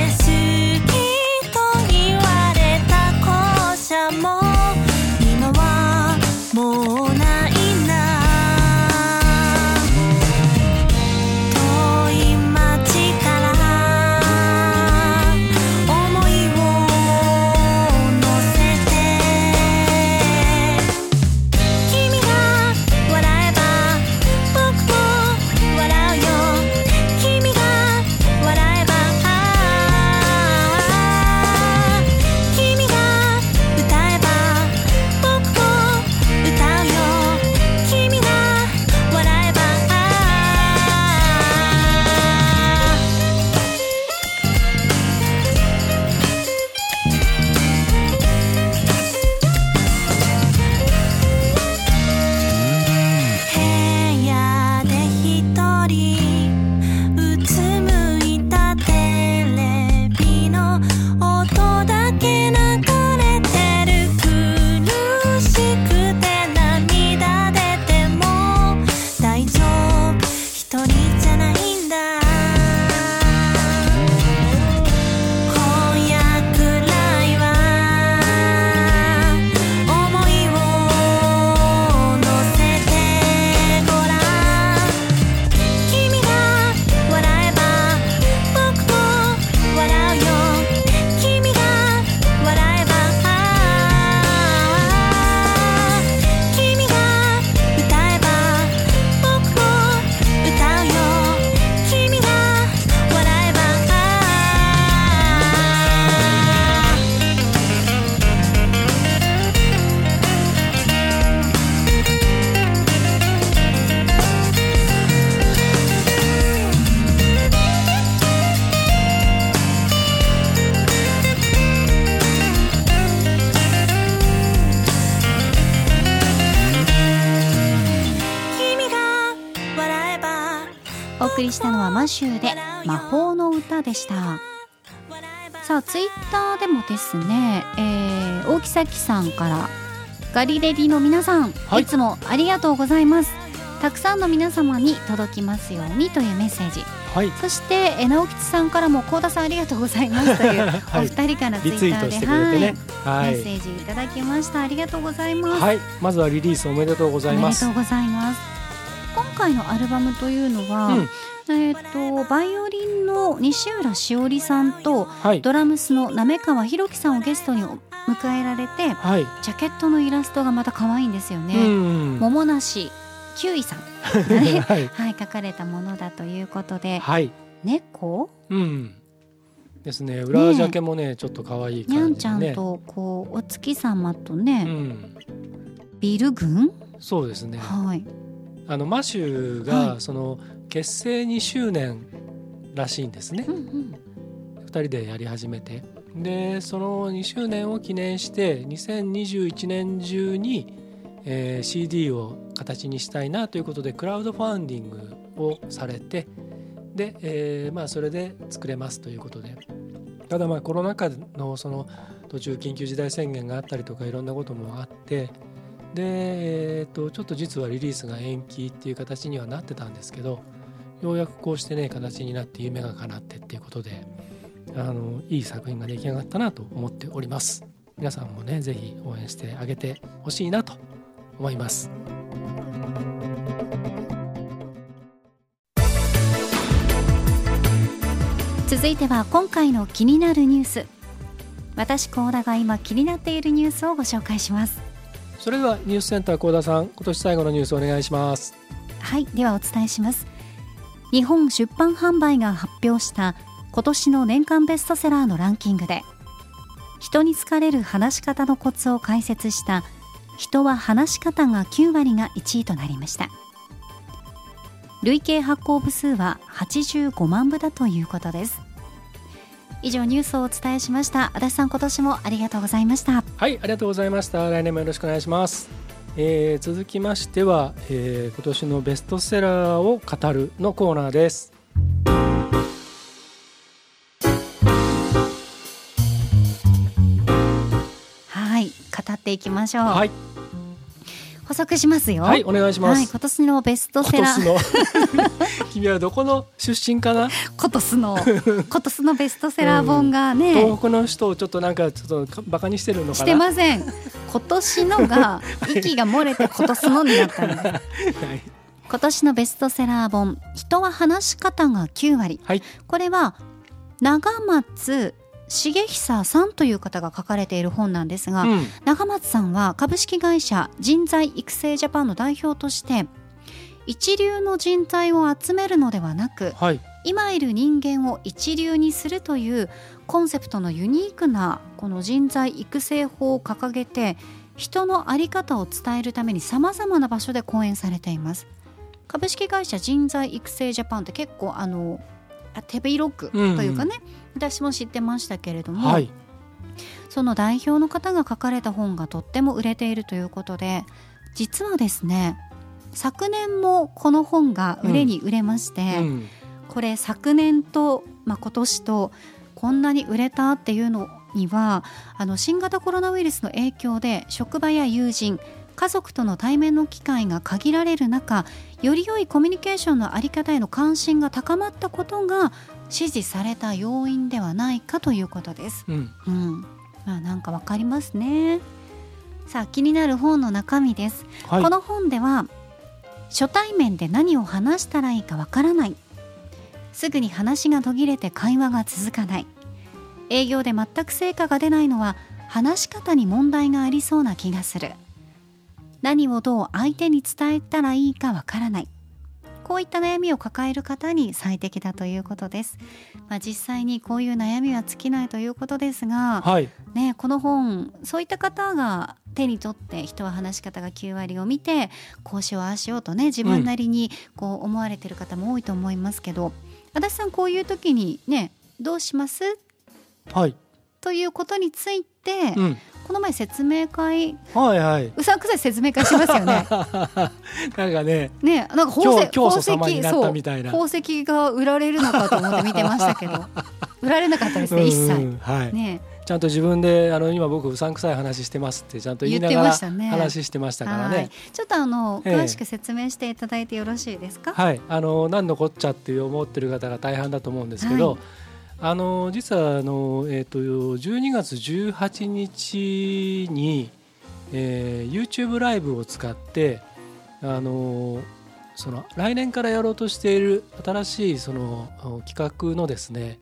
送りしたのはマシューで魔法の歌でした。さあツイッターでもですね、大木崎さんからガリレディの皆さん、いつもありがとうございます。たくさんの皆様に届きますようにというメッセージ、そして直吉さんからも幸田さんありがとうございますというお二人からツイッターで、メッセージいただきました。ありがとうございます。 まずはリリースおめでとうございます。 おめでとうございます。今回のアルバムというのは、バイオリンの西浦しおりさんと、ドラムスの滑川博樹さんをゲストに迎えられて、ジャケットのイラストがまた可愛いんですよね。桃梨9位さんがね書かれたものだということで、猫、ですね。裏ジャケもねちょっと可愛い感じでね、にゃんちゃんとこうお月様とね、ビル群、そうですね。マシューがその結成2周年らしいんですね。2人でやり始めて、でその2周年を記念して2021年中に、CD を形にしたいなということでクラウドファンディングをされて、で、それで作れますということで、ただコロナ禍のその途中緊急事態宣言があったりとかいろんなこともあって、で、ちょっと実はリリースが延期っていう形にはなってたんですけど、ようやくこうしてね形になって夢が叶ってっていうことで、いい作品が出来上がったなと思っております。皆さんもねぜひ応援してあげてほしいなと思います。 続いては今回の気になるニュース、私幸田が今気になっているニュースをご紹介します。 それではニュースセンター幸田さん、今年最後のニュースお願いします。 ではお伝えします。日本出版販売が発表した今年の年間ベストセラーのランキングで、人に好かれる話し方のコツを解説した人は話し方が9割が1位となりました。累計発行部数は85万部だということです。以上ニュースをお伝えしました。足立さん、今年もありがとうございました。 ありがとうございました。来年もよろしくお願いします。続きましては、今年のベストセラーを語るのコーナーです。 語っていきましょう。補足しますよ。 お願いします。 今年のベストセラー君はどこの出身かな。 今年のベストセラー本がね、 東北の人をちょっとバカにしてるのかな。 してません。今年のが息が漏れて今年のになったので、今年のベストセラー本、人は話し方が9割、これは長松重久さんという方が書かれている本なんですが、長松さんは株式会社人材育成ジャパンの代表として、一流の人材を集めるのではなく、今いる人間を一流にするというコンセプトのユニークなこの人材育成法を掲げて、人の在り方を伝えるためにさまざまな場所で講演されています。株式会社人材育成ジャパンって結構手広くというかね、私も知ってましたけれども、その代表の方が書かれた本がとっても売れているということで、実はですね、昨年もこの本が売れまして、これ昨年と、今年とこんなに売れたっていうのには、新型コロナウイルスの影響で職場や友人、家族との対面の機会が限られる中、より良いコミュニケーションのあり方への関心が高まったことが支持された要因ではないかということです。なんかわかりますね。さあ、気になる本の中身です。この本では、初対面で何を話したらいいかわからない、すぐに話が途切れて会話が続かない、営業で全く成果が出ないのは話し方に問題がありそうな気がする、何をどう相手に伝えたらいいかわからない、こういった悩みを抱える方に最適だということです。実際にこういう悩みは尽きないということですが、この本、そういった方が手に取って、人は話し方が9割を見て、こうしようああしようとね、自分なりにこう思われている方も多いと思いますけど、足立さん、こういう時にね、どうします、ということについて、ここの前説明会、 はいはい、 うさんくさい説明会しますよねなんかね、 なんか教祖様になったみたいな、 宝石が売られるのかと思って見てましたけど売られなかったですね、一切、 はいね、 ちゃんと自分で今僕うさんくさい話してますってちゃんと言いながら話してましたからね。 ちょっと詳しく説明していただいてよろしいですか。 はい、何のこっちゃって思ってる方が大半だと思うんですけど、はい、実は12月18日に、YouTube ライブを使ってその来年からやろうとしている新しいその企画のですね、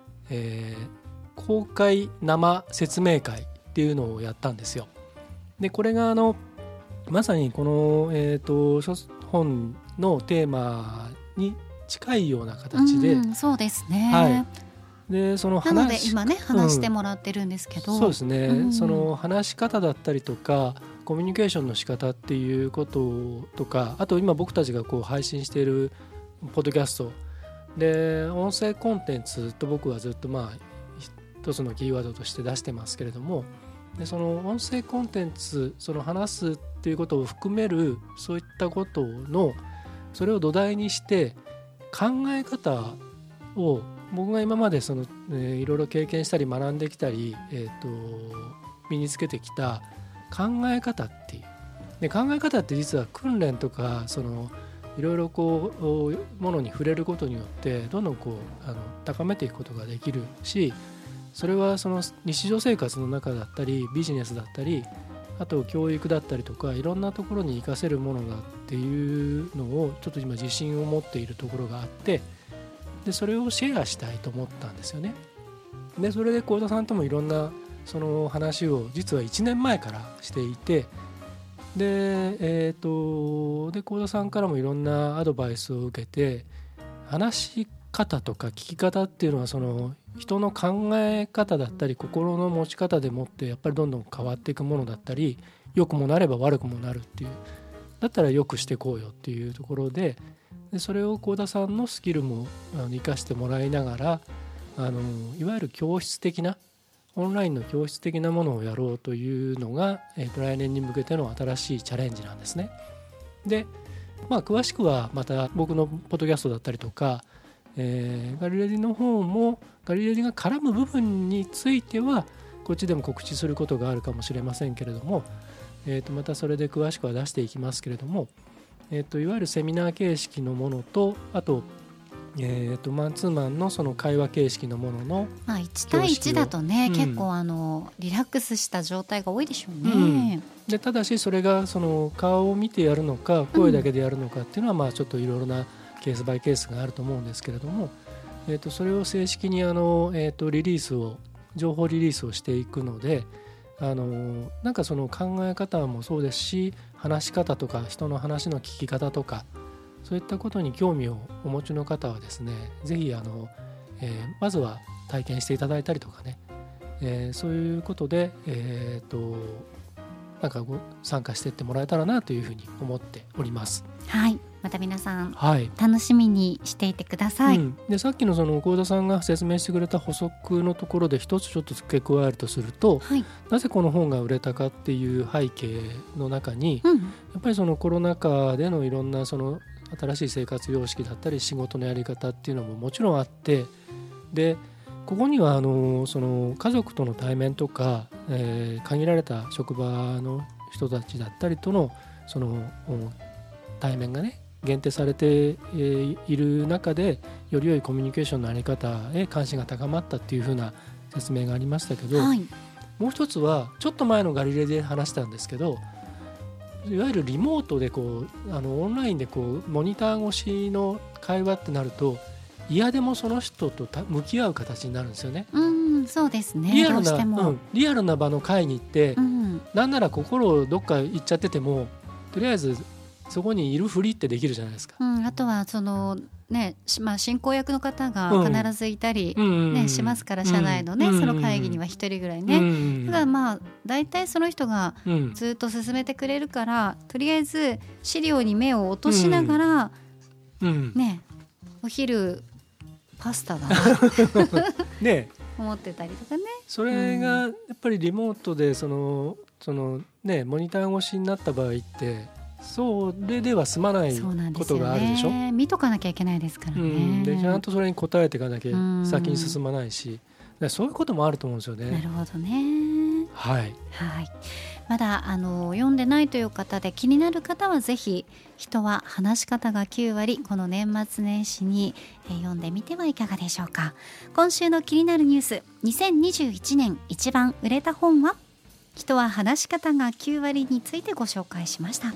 公開生説明会っていうのをやったんですよ。でこれがまさにこの、本のテーマに近いような形で、 そうですね、 はい、でそのなので今ね話してもらってるんですけど、 そうですね、その話し方だったりとかコミュニケーションの仕方っていうこととか、あと今僕たちがこう配信しているポッドキャストで音声コンテンツと僕はずっと一つのキーワードとして出してますけれども、でその音声コンテンツ、その話すっていうことを含めるそういったことのそれを土台にして考え方を僕が今までいろいろ経験したり学んできたり、身につけてきた考え方っていうで、考え方って実は訓練とかいろいろこうものに触れることによってどんどんこう高めていくことができるし、それはその日常生活の中だったりビジネスだったり、あと教育だったりとかいろんなところに活かせるものだっていうのをちょっと今自信を持っているところがあって、でそれをシェアしたいと思ったんですよね。でそれで幸田さんともいろんなその話を実は1年前からしていて、で幸田さんからもいろんなアドバイスを受けて、話し方とか聞き方っていうのはその人の考え方だったり心の持ち方でもってやっぱりどんどん変わっていくものだったり、良くもなれば悪くもなるっていう、だったら良くしていこうよっていうところで、それを幸田さんのスキルも生かしてもらいながらいわゆる教室的なオンラインの教室的なものをやろうというのが、来年に向けての新しいチャレンジなんですね。で、詳しくはまた僕のポッドキャストだったりとか、ガリレディの方もガリレディが絡む部分についてはこっちでも告知することがあるかもしれませんけれども、またそれで詳しくは出していきますけれども、いわゆるセミナー形式のものと、あとマンツーマンのその会話形式のものの 1対1だとね、結構リラックスした状態が多いでしょうね。 でただしそれがその顔を見てやるのか声だけでやるのかっていうのはちょっといろいろなケースバイケースがあると思うんですけれども、それを正式にリリースを情報リリースをしていくので、なんかその考え方もそうですし、話し方とか人の話の聞き方とかそういったことに興味をお持ちの方はですね、ぜひまずは体験していただいたりとかね、そういうことで、なんか参加していってもらえたらなというふうに思っております。 はい、また皆さん、 はい、 楽しみにしていてください。 でさっきのその幸田さんが説明してくれた補足のところで一つちょっと付け加えるとすると、 はい、 なぜこの本が売れたかっていう背景の中に、やっぱりそのコロナ禍でのいろんなその新しい生活様式だったり仕事のやり方っていうのももちろんあって、でここにはその家族との対面とか、限られた職場の人たちだったりとのその対面がね限定されている中で、より良いコミュニケーションのあり方へ関心が高まったっていうふうな説明がありましたけど、もう一つはちょっと前のガリレで話したんですけど、いわゆるリモートでオンラインでモニター越しの会話ってなると、嫌でもその人と向き合う形になるんですよね。 そうですね。 リアルな場の会に行って、なんなら心をどっか行っちゃっててもとりあえずそこにいるふりってできるじゃないですか。あとはそのね、進行役の方が必ずいたり、しますから、社内のね、その会議には一人ぐらいね、だから大体その人がずっと進めてくれるから、とりあえず資料に目を落としながら、ね、お昼パスタだなね思ってたりとかね。 それがやっぱりリモートでそのねモニター越しになった場合ってそれでは済まないことがあるでしょ。 そうなんですよね。見とかなきゃいけないですからね。 でちゃんとそれに応えていかなきゃ先に進まないし、そういうこともあると思うんですよね。 なるほどね。 はい、 はい、まだ読んでないという方で気になる方はぜひ人は話し方が9割この年末年始に読んでみてはいかがでしょうか。今週の気になるニュース、2021年一番売れた本は人は話し方が9割についてご紹介しました。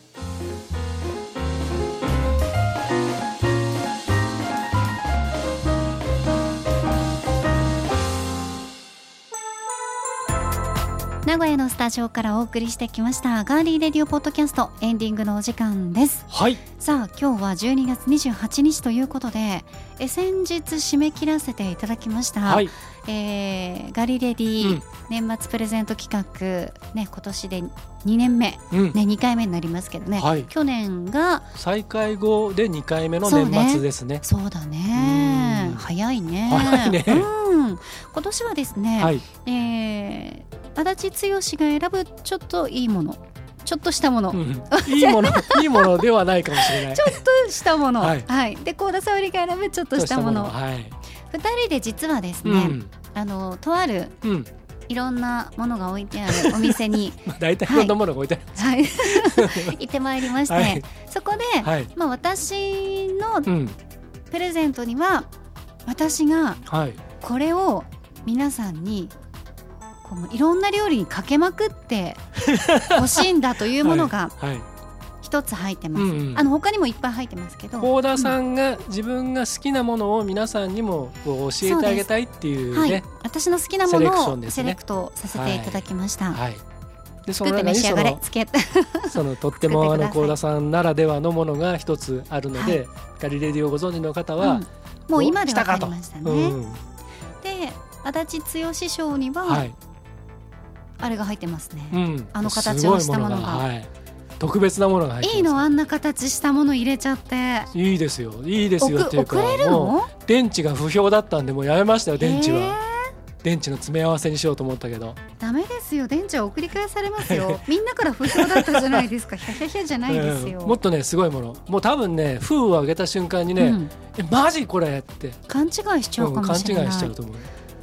名古屋のスタジオからお送りしてきましたガーリーレディオポッドキャスト、エンディングのお時間です。 はい、 さあ今日は12月28日ということで先日締め切らせていただきました、 はい、 ガリレディ年末プレゼント企画、ね、今年で2年目、2回目になりますけどね、 はい、 去年が再開後で2回目の年末ですね。 そうだね、早いね、 早いね、 今年はですね、 はい、 足立剛が選ぶちょっといいもの、ちょっとしたもの、 いいものではないかもしれないちょっとしたもの、はいはい、で幸田沙織が選ぶちょっとしたもの、 はい、 2人で実はですね、とある、いろんなものが置いてあるお店に大体いろんなものが置いてある、 行ってまいりまして、はい、そこで、私のプレゼントには私がこれを皆さんにいろんな料理にかけまくってほしいんだというものが一つ入ってます、他にもいっぱい入ってますけど、 幸田さんが自分が好きなものを皆さんにも教えてあげたいっていうね、 私の好きなものをセレクトさせていただきました、 で作って召し上がれそのとっても幸田さんならではのものが一つあるので、ガリレディをご存知の方は、 もう今で分かりましたね、で足立剛賞には、あれが入ってますね、あの形をしたものが、 特別なものが入ってます。 いいの、あんな形したもの入れちゃって。 いいですよ、いいですよっていうか、 送れるの？ もう電池が不評だったんでもうやめましたよ。電池は、電池の詰め合わせにしようと思ったけどダメですよ、電池は送り返されますよみんなから不評だったじゃないですかヒャヒャヒャじゃないですよ、 もっとねすごいもの、もう多分ね封を開けた瞬間にね、マジこれって勘違いしちゃうかもしれない、 勘違いしちゃうと思う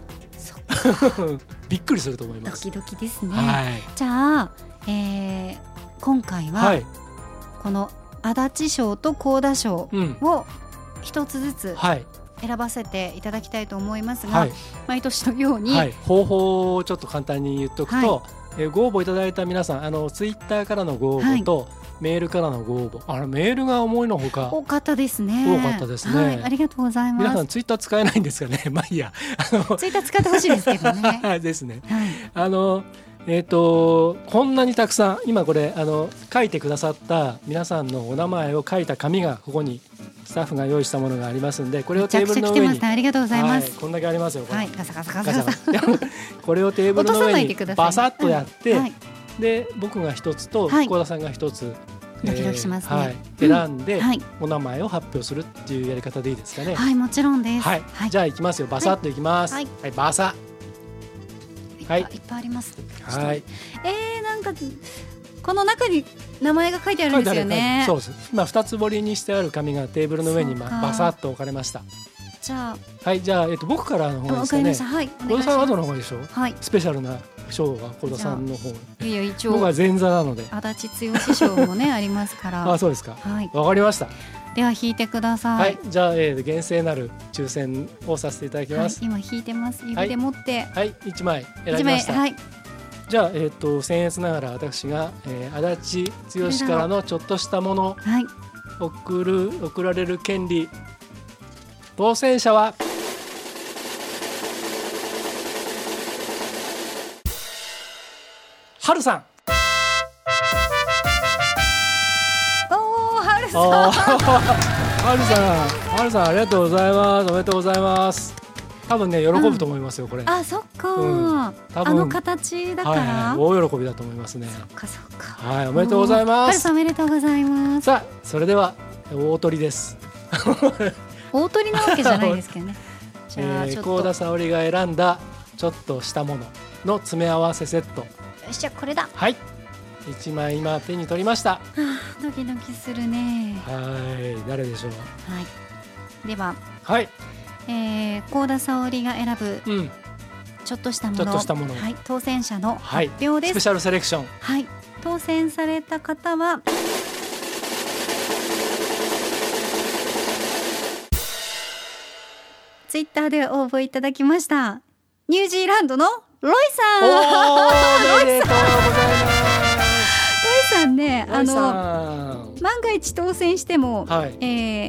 びっくりすると思います。 ドキドキですね、じゃあ、今回は、この足立賞と幸田賞を一つずつ選ばせていただきたいと思いますが、毎年のように、 方法をちょっと簡単に言っておくと、ご応募いただいた皆さん、ツイッターからのご応募と、メールからのご応募、メールが思いのほか多かったですね。 多かったですね、 ありがとうございます。 皆さんツイッター使えないんですかねまあいいや、 ツイッター使ってほしいですけどねですね、こんなにたくさん今これ書いてくださった皆さんのお名前を書いた紙がここにスタッフが用意したものがありますんで、これをテーブルの上に、 ありがとうございます、 こんだけありますよ、 ガサガサガサガサこれをテーブルの上にバサッとやって、で僕が一つと幸田さんが一つ、 ドキドキしますね、 選んで、お名前を発表するっていうやり方でいいですかね。 はい、もちろんです、 じゃあいきますよ、バサッといきます、バサッ、 いっぱいあります、 なんかこの中に名前が書いてあるんですよね。 そうです。今2つ彫りにしてある紙がテーブルの上にバサッと置かれました。 じゃあ、 じゃあ、僕からの方ですかね。幸田さんは後の方でしょ、スペシャルな賞が幸田さんの方。 いや一応僕は前座なので足立剛賞もねありますからそうですか、わかりました。 では引いてください。 じゃあ、厳正なる抽選をさせていただきます。 今引いてます。指で持って 1枚選びました。じゃあ、僭越ながら私が、足立剛からのちょっとしたもの、送られる権利、当選者は春さん。 春さん春さんありがとうございます。おめでとうございます。多分ね喜ぶと思いますよ、これ。 そっか、あの形だから、 大喜びだと思いますね。 そっかそっか。 おめでとうございます。 春さんおめでとうございます。 さあそれでは大鳥です大鳥なわけじゃないですけどねじゃあちょっと、 幸田沙織が選んだちょっとしたものの詰め合わせセット、 よし、じゃあこれだ。 はい、1枚今手に取りました。 ドキドキするね。 はい、誰でしょう。 はい、では、 はい、 幸田沙織が選ぶちょっとしたもの、 ちょっとしたもの、 はい、当選者の発表です。 スペシャルセレクション。 はい、当選された方はツイッターで応募いただきましたニュージーランドのロイさん。 おめでとうございます。 ロイさんね、 ロイさん、 万が一当選しても、 はい、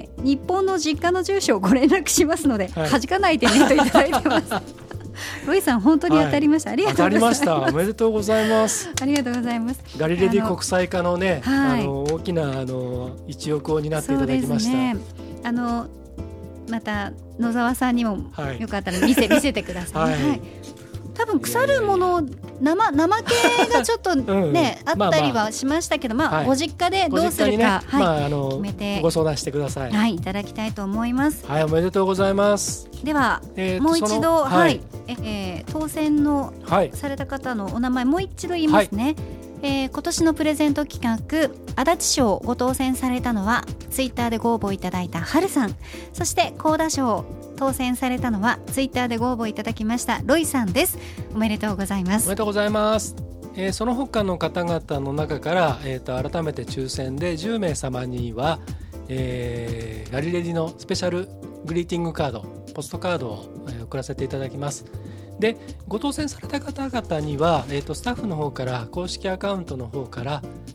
日本の実家の住所をご連絡しますので、 はい、 弾かないでねといただいてますロイさん本当に当たりました、はい、ありがとうございます。 当たりました。おめでとうございます。 ありがとうございます。 ガリレディ国際化のね、 はい、 大きな一翼を担っていただきました。 そうですね、また野沢さんにもよかったら見せてください、はい、多分腐るもの生系がちょっとね、あったりはしましたけど、はい、ご実家でどうするか、はい、決めてご相談してください。 はい、いただきたいと思います。 はい、おめでとうございます。 では、もう一度、はい当選のされた方のお名前もう一度言いますね。今年のプレゼント企画足立賞ご当選されたのはツイッターでご応募いただいた春さん、そして幸田賞当選されたのはツイッターでご応募いただきましたロイさんです。おめでとうございます。 おめでとうございます。その他の方々の中から、改めて抽選で10名様には、ガリレディのスペシャルグリーティングカード、ポストカードを、送らせていただきます。で、ご当選された方々には、スタッフの方から公式アカウントの方から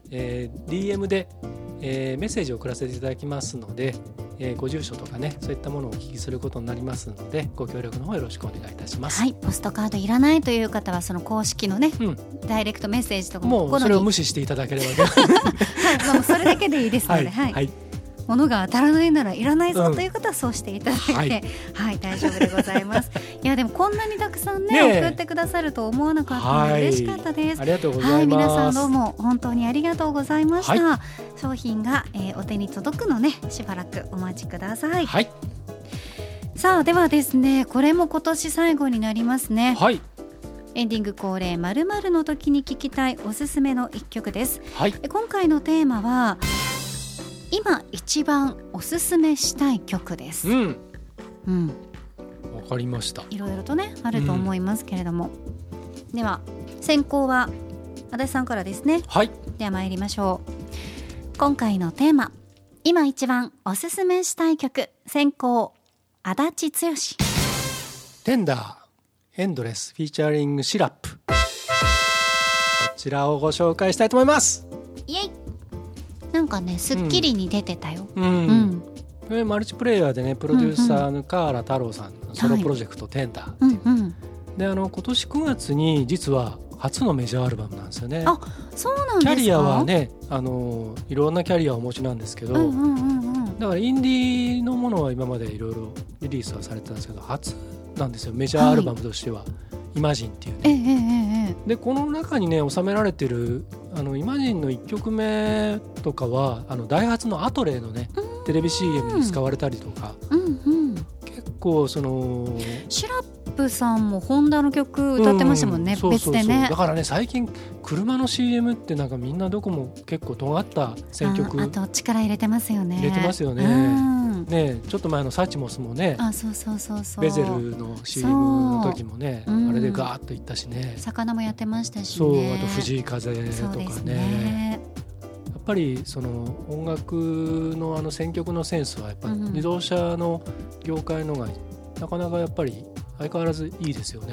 、DM で、メッセージを送らせていただきますので、ご住所とかね、そういったものをお聞きすることになりますので、ご協力の方よろしくお願いいたします。 はい、ポストカードいらないという方はその公式のね、ダイレクトメッセージとかもうそれを無視していただければはい、もうそれだけでいいですので、 はい、はい、 物が当たらないならいらないぞという方はそうしていただいて、はい、はい、大丈夫でございます。いやでもこんなにたくさんね送ってくださると思わなかったので嬉しかったです。 ありがとうございます。 皆さんどうも本当にありがとうございました。 はい、 商品が、お手に届くのね、しばらくお待ちください。 はい、 さあではですね、これも今年最後になりますね。 はい、 エンディング恒例〇〇の時に聴きたいおすすめの一曲です。 はい、 今回のテーマは今一番おすすめしたい曲です。わかりました。 いろいろとねあると思いますけれども、では先行は足立さんからですね。 はい、 では参りましょう。今回のテーマ、今一番おすすめしたい曲、先行足立剛、 テンダーエンドレスフィーチャリングシラップ、こちらをご紹介したいと思います。 イエイ。なんかね、スッキリに出てたよ。 マルチプレイヤーでね、プロデューサーの河原太郎さんのソロプロジェクト、テンダーっていう、で今年9月に実は初のメジャーアルバムなんですよね。 あ、そうなんですか。 キャリアはね、いろんなキャリアをお持ちなんですけど、だからインディーのものは今までいろいろリリースはされてたんですけど、初なんですよメジャーアルバムとしては、イマジンっていうね。でこの中にね収められてるイマジンの1曲目とかはダイハツのアトレイのね、テレビ CM に使われたりとか、結構そのシラップさんもホンダの曲歌ってましたもんね、別でね。 だからね、最近車の CM ってなんかみんなどこも結構尖った選曲、 あと力入れてますよね。 入れてますよね。ね、ちょっと前のサチモスもね、ベゼルの CM の時もね、あれでガーッといったしね、 魚もやってましたしね。 そう、あと藤井風とか ね。やっぱりその音楽の選曲のセンスはやっぱり自動車の業界のがなかなかやっぱり相変わらずいいですよね。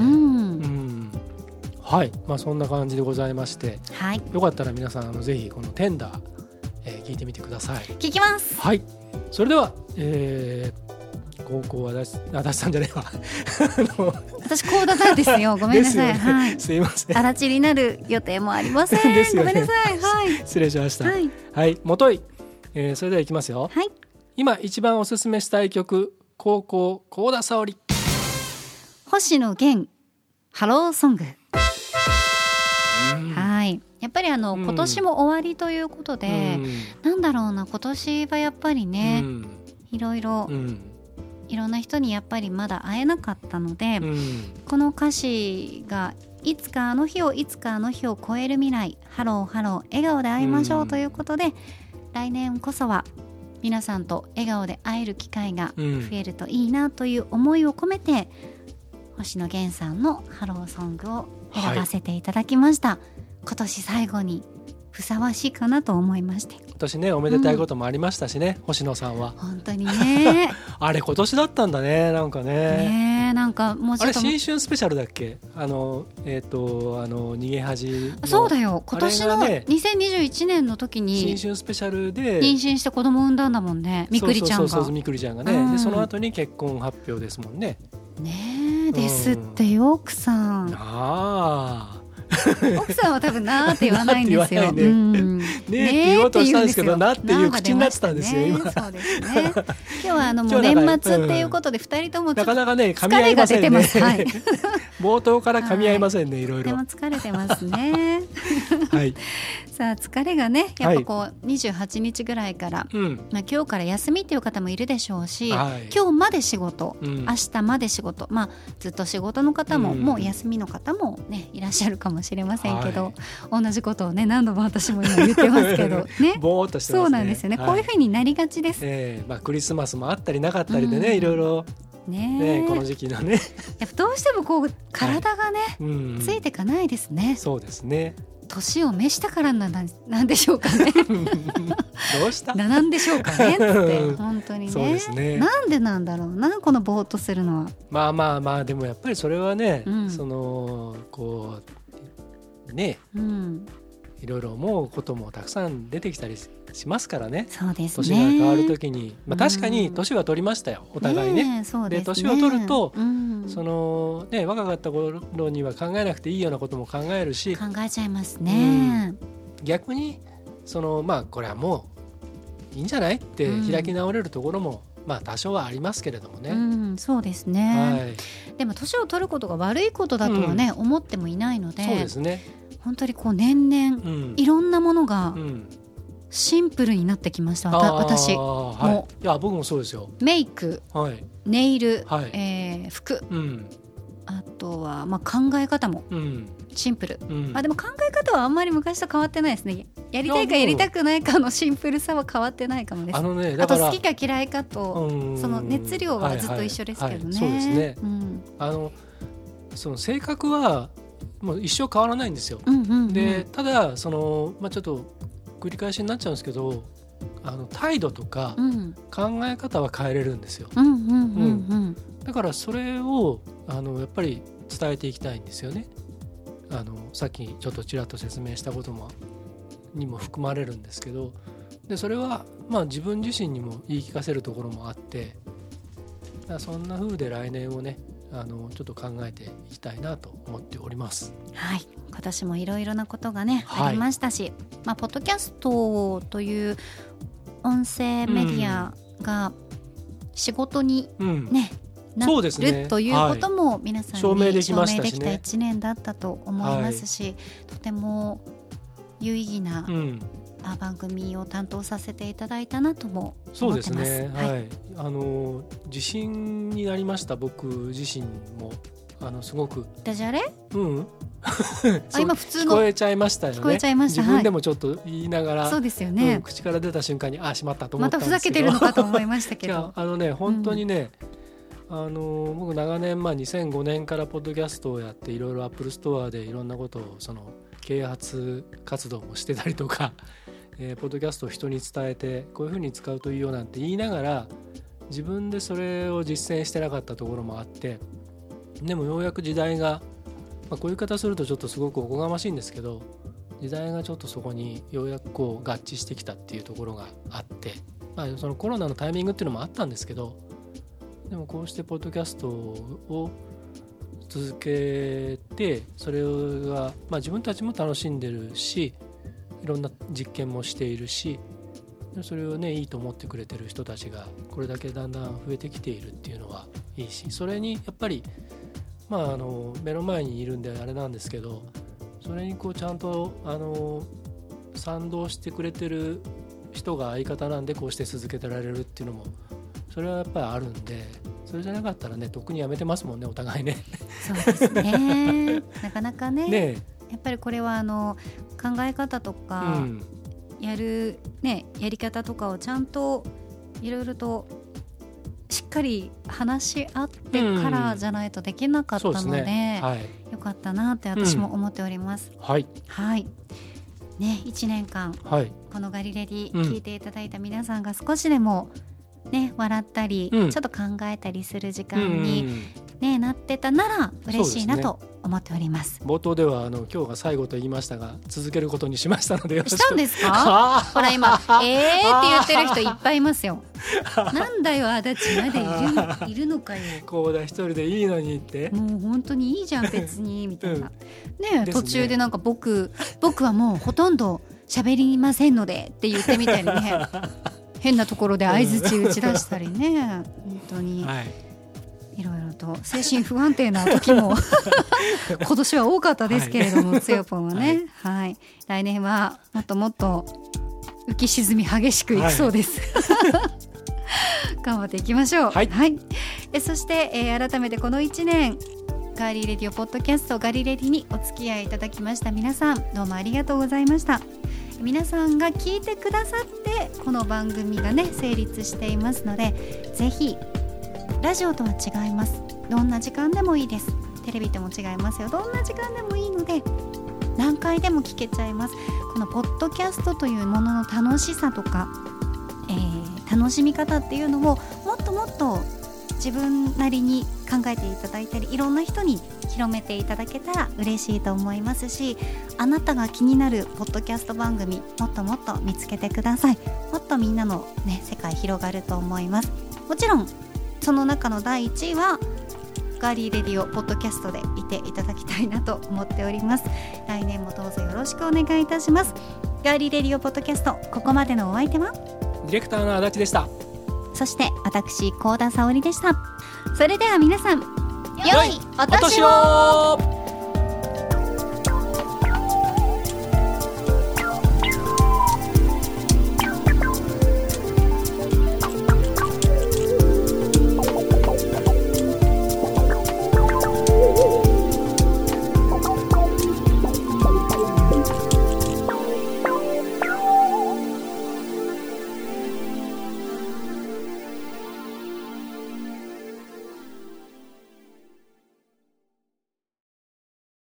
はい、そんな感じでございまして、はい、よかったら皆さんぜひこのテンダー、聞いてみてください。 聞きます。 はい、それでは、高校は足立さんじゃないわ私幸田さんですよ。ごめんなさい。はい、 すいません。 足立になる予定もありません。 ですよね。 ごめんなさい。はい、 失礼しました。はい、もとい、それではいきますよ。 はい、 今一番おすすめしたい曲、高校幸田沙織、 星野源ハローソング。はい、やっぱり今年も終わりということで、なんだろうな、今年はやっぱりね、いろいろいろんな人にやっぱりまだ会えなかったので、この歌詞がいつかあの日をいつかあの日を超える未来、ハローハロー笑顔で会いましょうということで、来年こそは皆さんと笑顔で会える機会が増えるといいなという思いを込めて、星野源さんのハローソングを選ばせていただきました、今年最後にふさわしいかなと思いまして。 今年ねおめでたいこともありましたしね、星野さんは本当にねあれ今年だったんだね、なんかねなんかもうちょっとあれ新春スペシャルだっけ、逃げ恥のそうだよ、今年の2021年の時に新春スペシャルで妊娠して子供産んだんだもんね、みくりちゃんが。 そうみくりちゃんがね、でその後に結婚発表ですもんね。 ねえですってよ、奥さん。奥さんは多分なーって言わないんですよ。ねって言おうとしたんですけど、なっていう口になってたんですよ今。 そうですね。今日はもう年末っていうことで2人ともなかなかね噛み合いませんね。冒頭から噛み合いませんね、いろいろ。 でも疲れてますね。 はい。 さあ疲れがねやっぱこう28日ぐらいから、今日から休みっていう方もいるでしょうし、今日まで仕事、明日まで仕事、ずっと仕事の方も、もう休みの方もねいらっしゃるかもしれませんけど、同じことをね何度も私も今言ってますけどねぼーっとしてますね。 そうなんですよね、こういう風になりがちです。 クリスマスもあったりなかったりでね、いろいろねこの時期のねやっぱどうしてもこう体がね、ついていかないですね。 そうですね、 年を召したからなんでしょうかねどうしたなんでしょうかねって本当にね。 そうですね、 なんでなんだろうな、このぼーっとするのは。 でもやっぱりそれはね、そのこうね、いろいろ思うこともたくさん出てきたりしますからね。 そうですね、 年が変わるときに、確かに年は取りましたよ、お互いね。で年を取ると、そのね若かった頃には考えなくていいようなことも考えるし、 考えちゃいますね。 逆にそのこれはもういいんじゃないって開き直れるところも、多少はありますけれどもね。 そうですね、でも年を取ることが悪いことだとはね、思ってもいないので。 そうですね、 本当にこう年々、いろんなものがシンプルになってきました、私も。 いや僕もそうですよ。 メイク、ネイル、服、あとは考え方もシンプル、でも考え方はあんまり昔と変わってないですね。やりたいかやりたくないかのシンプルさは変わってないかもです。あと好きか嫌いかと、その熱量はずっと一緒ですけどね。 そうですね、その性格はもう一生変わらないんですよ。でただその、ちょっと繰り返しになっちゃうんですけど、態度とか考え方は変えれるんですよ。だからそれをやっぱり伝えていきたいんですよね。さっきちょっとちらっと説明したことにも含まれるんですけど、でそれは自分自身にも言い聞かせるところもあって、そんな風で来年をねちょっと考えていきたいなと思っております。 はい、今年もいろいろなことがね、ありましたし、ポッドキャストという音声メディアが仕事にね、なるということも皆さんに証明できた1年だったと思いますし、とても有意義な番組を担当させていただいたなとも思ってます。 そうですね、自信になりました。僕自身もすごくダジャレ？ 今普通の聞こえちゃいましたよね。 聞こえちゃいました。 自分でもちょっと言いながら、 そうですよね、 口から出た瞬間にしまったと思ったんですけど、 またふざけてるのかと思いましたけど本当にね、僕長年、2005年からポッドキャストをやって、いろいろアップルストアでいろんなことをその啓発活動もしてたりとか、ポッドキャストを人に伝えてこういうふうに使うといいよなんて言いながら、自分でそれを実践してなかったところもあって、でもようやく時代が、こういう言い方するとちょっとすごくおこがましいんですけど、時代がちょっとそこにようやくこう合致してきたっていうところがあって、そのコロナのタイミングっていうのもあったんですけど、でもこうしてポッドキャストを続けて、それが、自分たちも楽しんでるし、いろんな実験もしているし、それをねいいと思ってくれてる人たちがこれだけだんだん増えてきているっていうのはいいし、それにやっぱり目の前にいるんであれなんですけど、それにこうちゃんと賛同してくれてる人が相方なんで、こうして続けてられるっていうのも、それはやっぱりあるんで、 それじゃなかったらね、とっくにやめてますもんね、お互いね。 そうですねなかなかねねやっぱりこれは考え方とか、やるね、やり方とかをちゃんといろいろとしっかり話し合ってからじゃないとできなかったので、 そうですね、はい、 よかったなって私も思っております。 はい、 はいね、1年間、 はい、 このガリレディ聞いていただいた皆さんが少しでもね、笑ったり、ちょっと考えたりする時間に、ね、なってたなら嬉しいなと思っております。 冒頭では今日が最後と言いましたが、続けることにしましたのでよろしく。 したんですかほら今って言ってる人いっぱいいますよなんだよ足立までいるのかよこうだ一人でいいのにって、 もう本当にいいじゃん別にみたいな、ね、途中でなんか僕はもうほとんど喋りませんのでって言ってみたりね変なところで相槌打ち出したりね本当に、はい、いろいろと精神不安定な時も今年は多かったですけれども、つよぽんはね、はいはい、来年はもっともっと浮き沈み激しくいくそうです、はい、頑張っていきましょう、はいはい、そして、改めてこの1年ガーリーレディオポッドキャストガリレディにお付き合いいただきました皆さん、どうもありがとうございました。皆さんが聞いてくださってこの番組がね成立していますので、ぜひラジオとは違います。どんな時間でもいいです。テレビとも違いますよ。どんな時間でもいいので何回でも聞けちゃいます。このポッドキャストというものの楽しさとか、楽しみ方っていうのをもっともっと自分なりに考えていただいたり、いろんな人に広めていただけたら嬉しいと思いますし、あなたが気になるポッドキャスト番組もっともっと見つけてください。もっとみんなの、ね、世界広がると思います。もちろんその中の第1位はガーリーレディオポッドキャストでいていただきたいなと思っております。来年もどうぞよろしくお願いいたします。ガーリーレディオポッドキャスト、ここまでのお相手はディレクターの足立でした。 そして私高田沙織でした。それでは皆さん、良いお年を。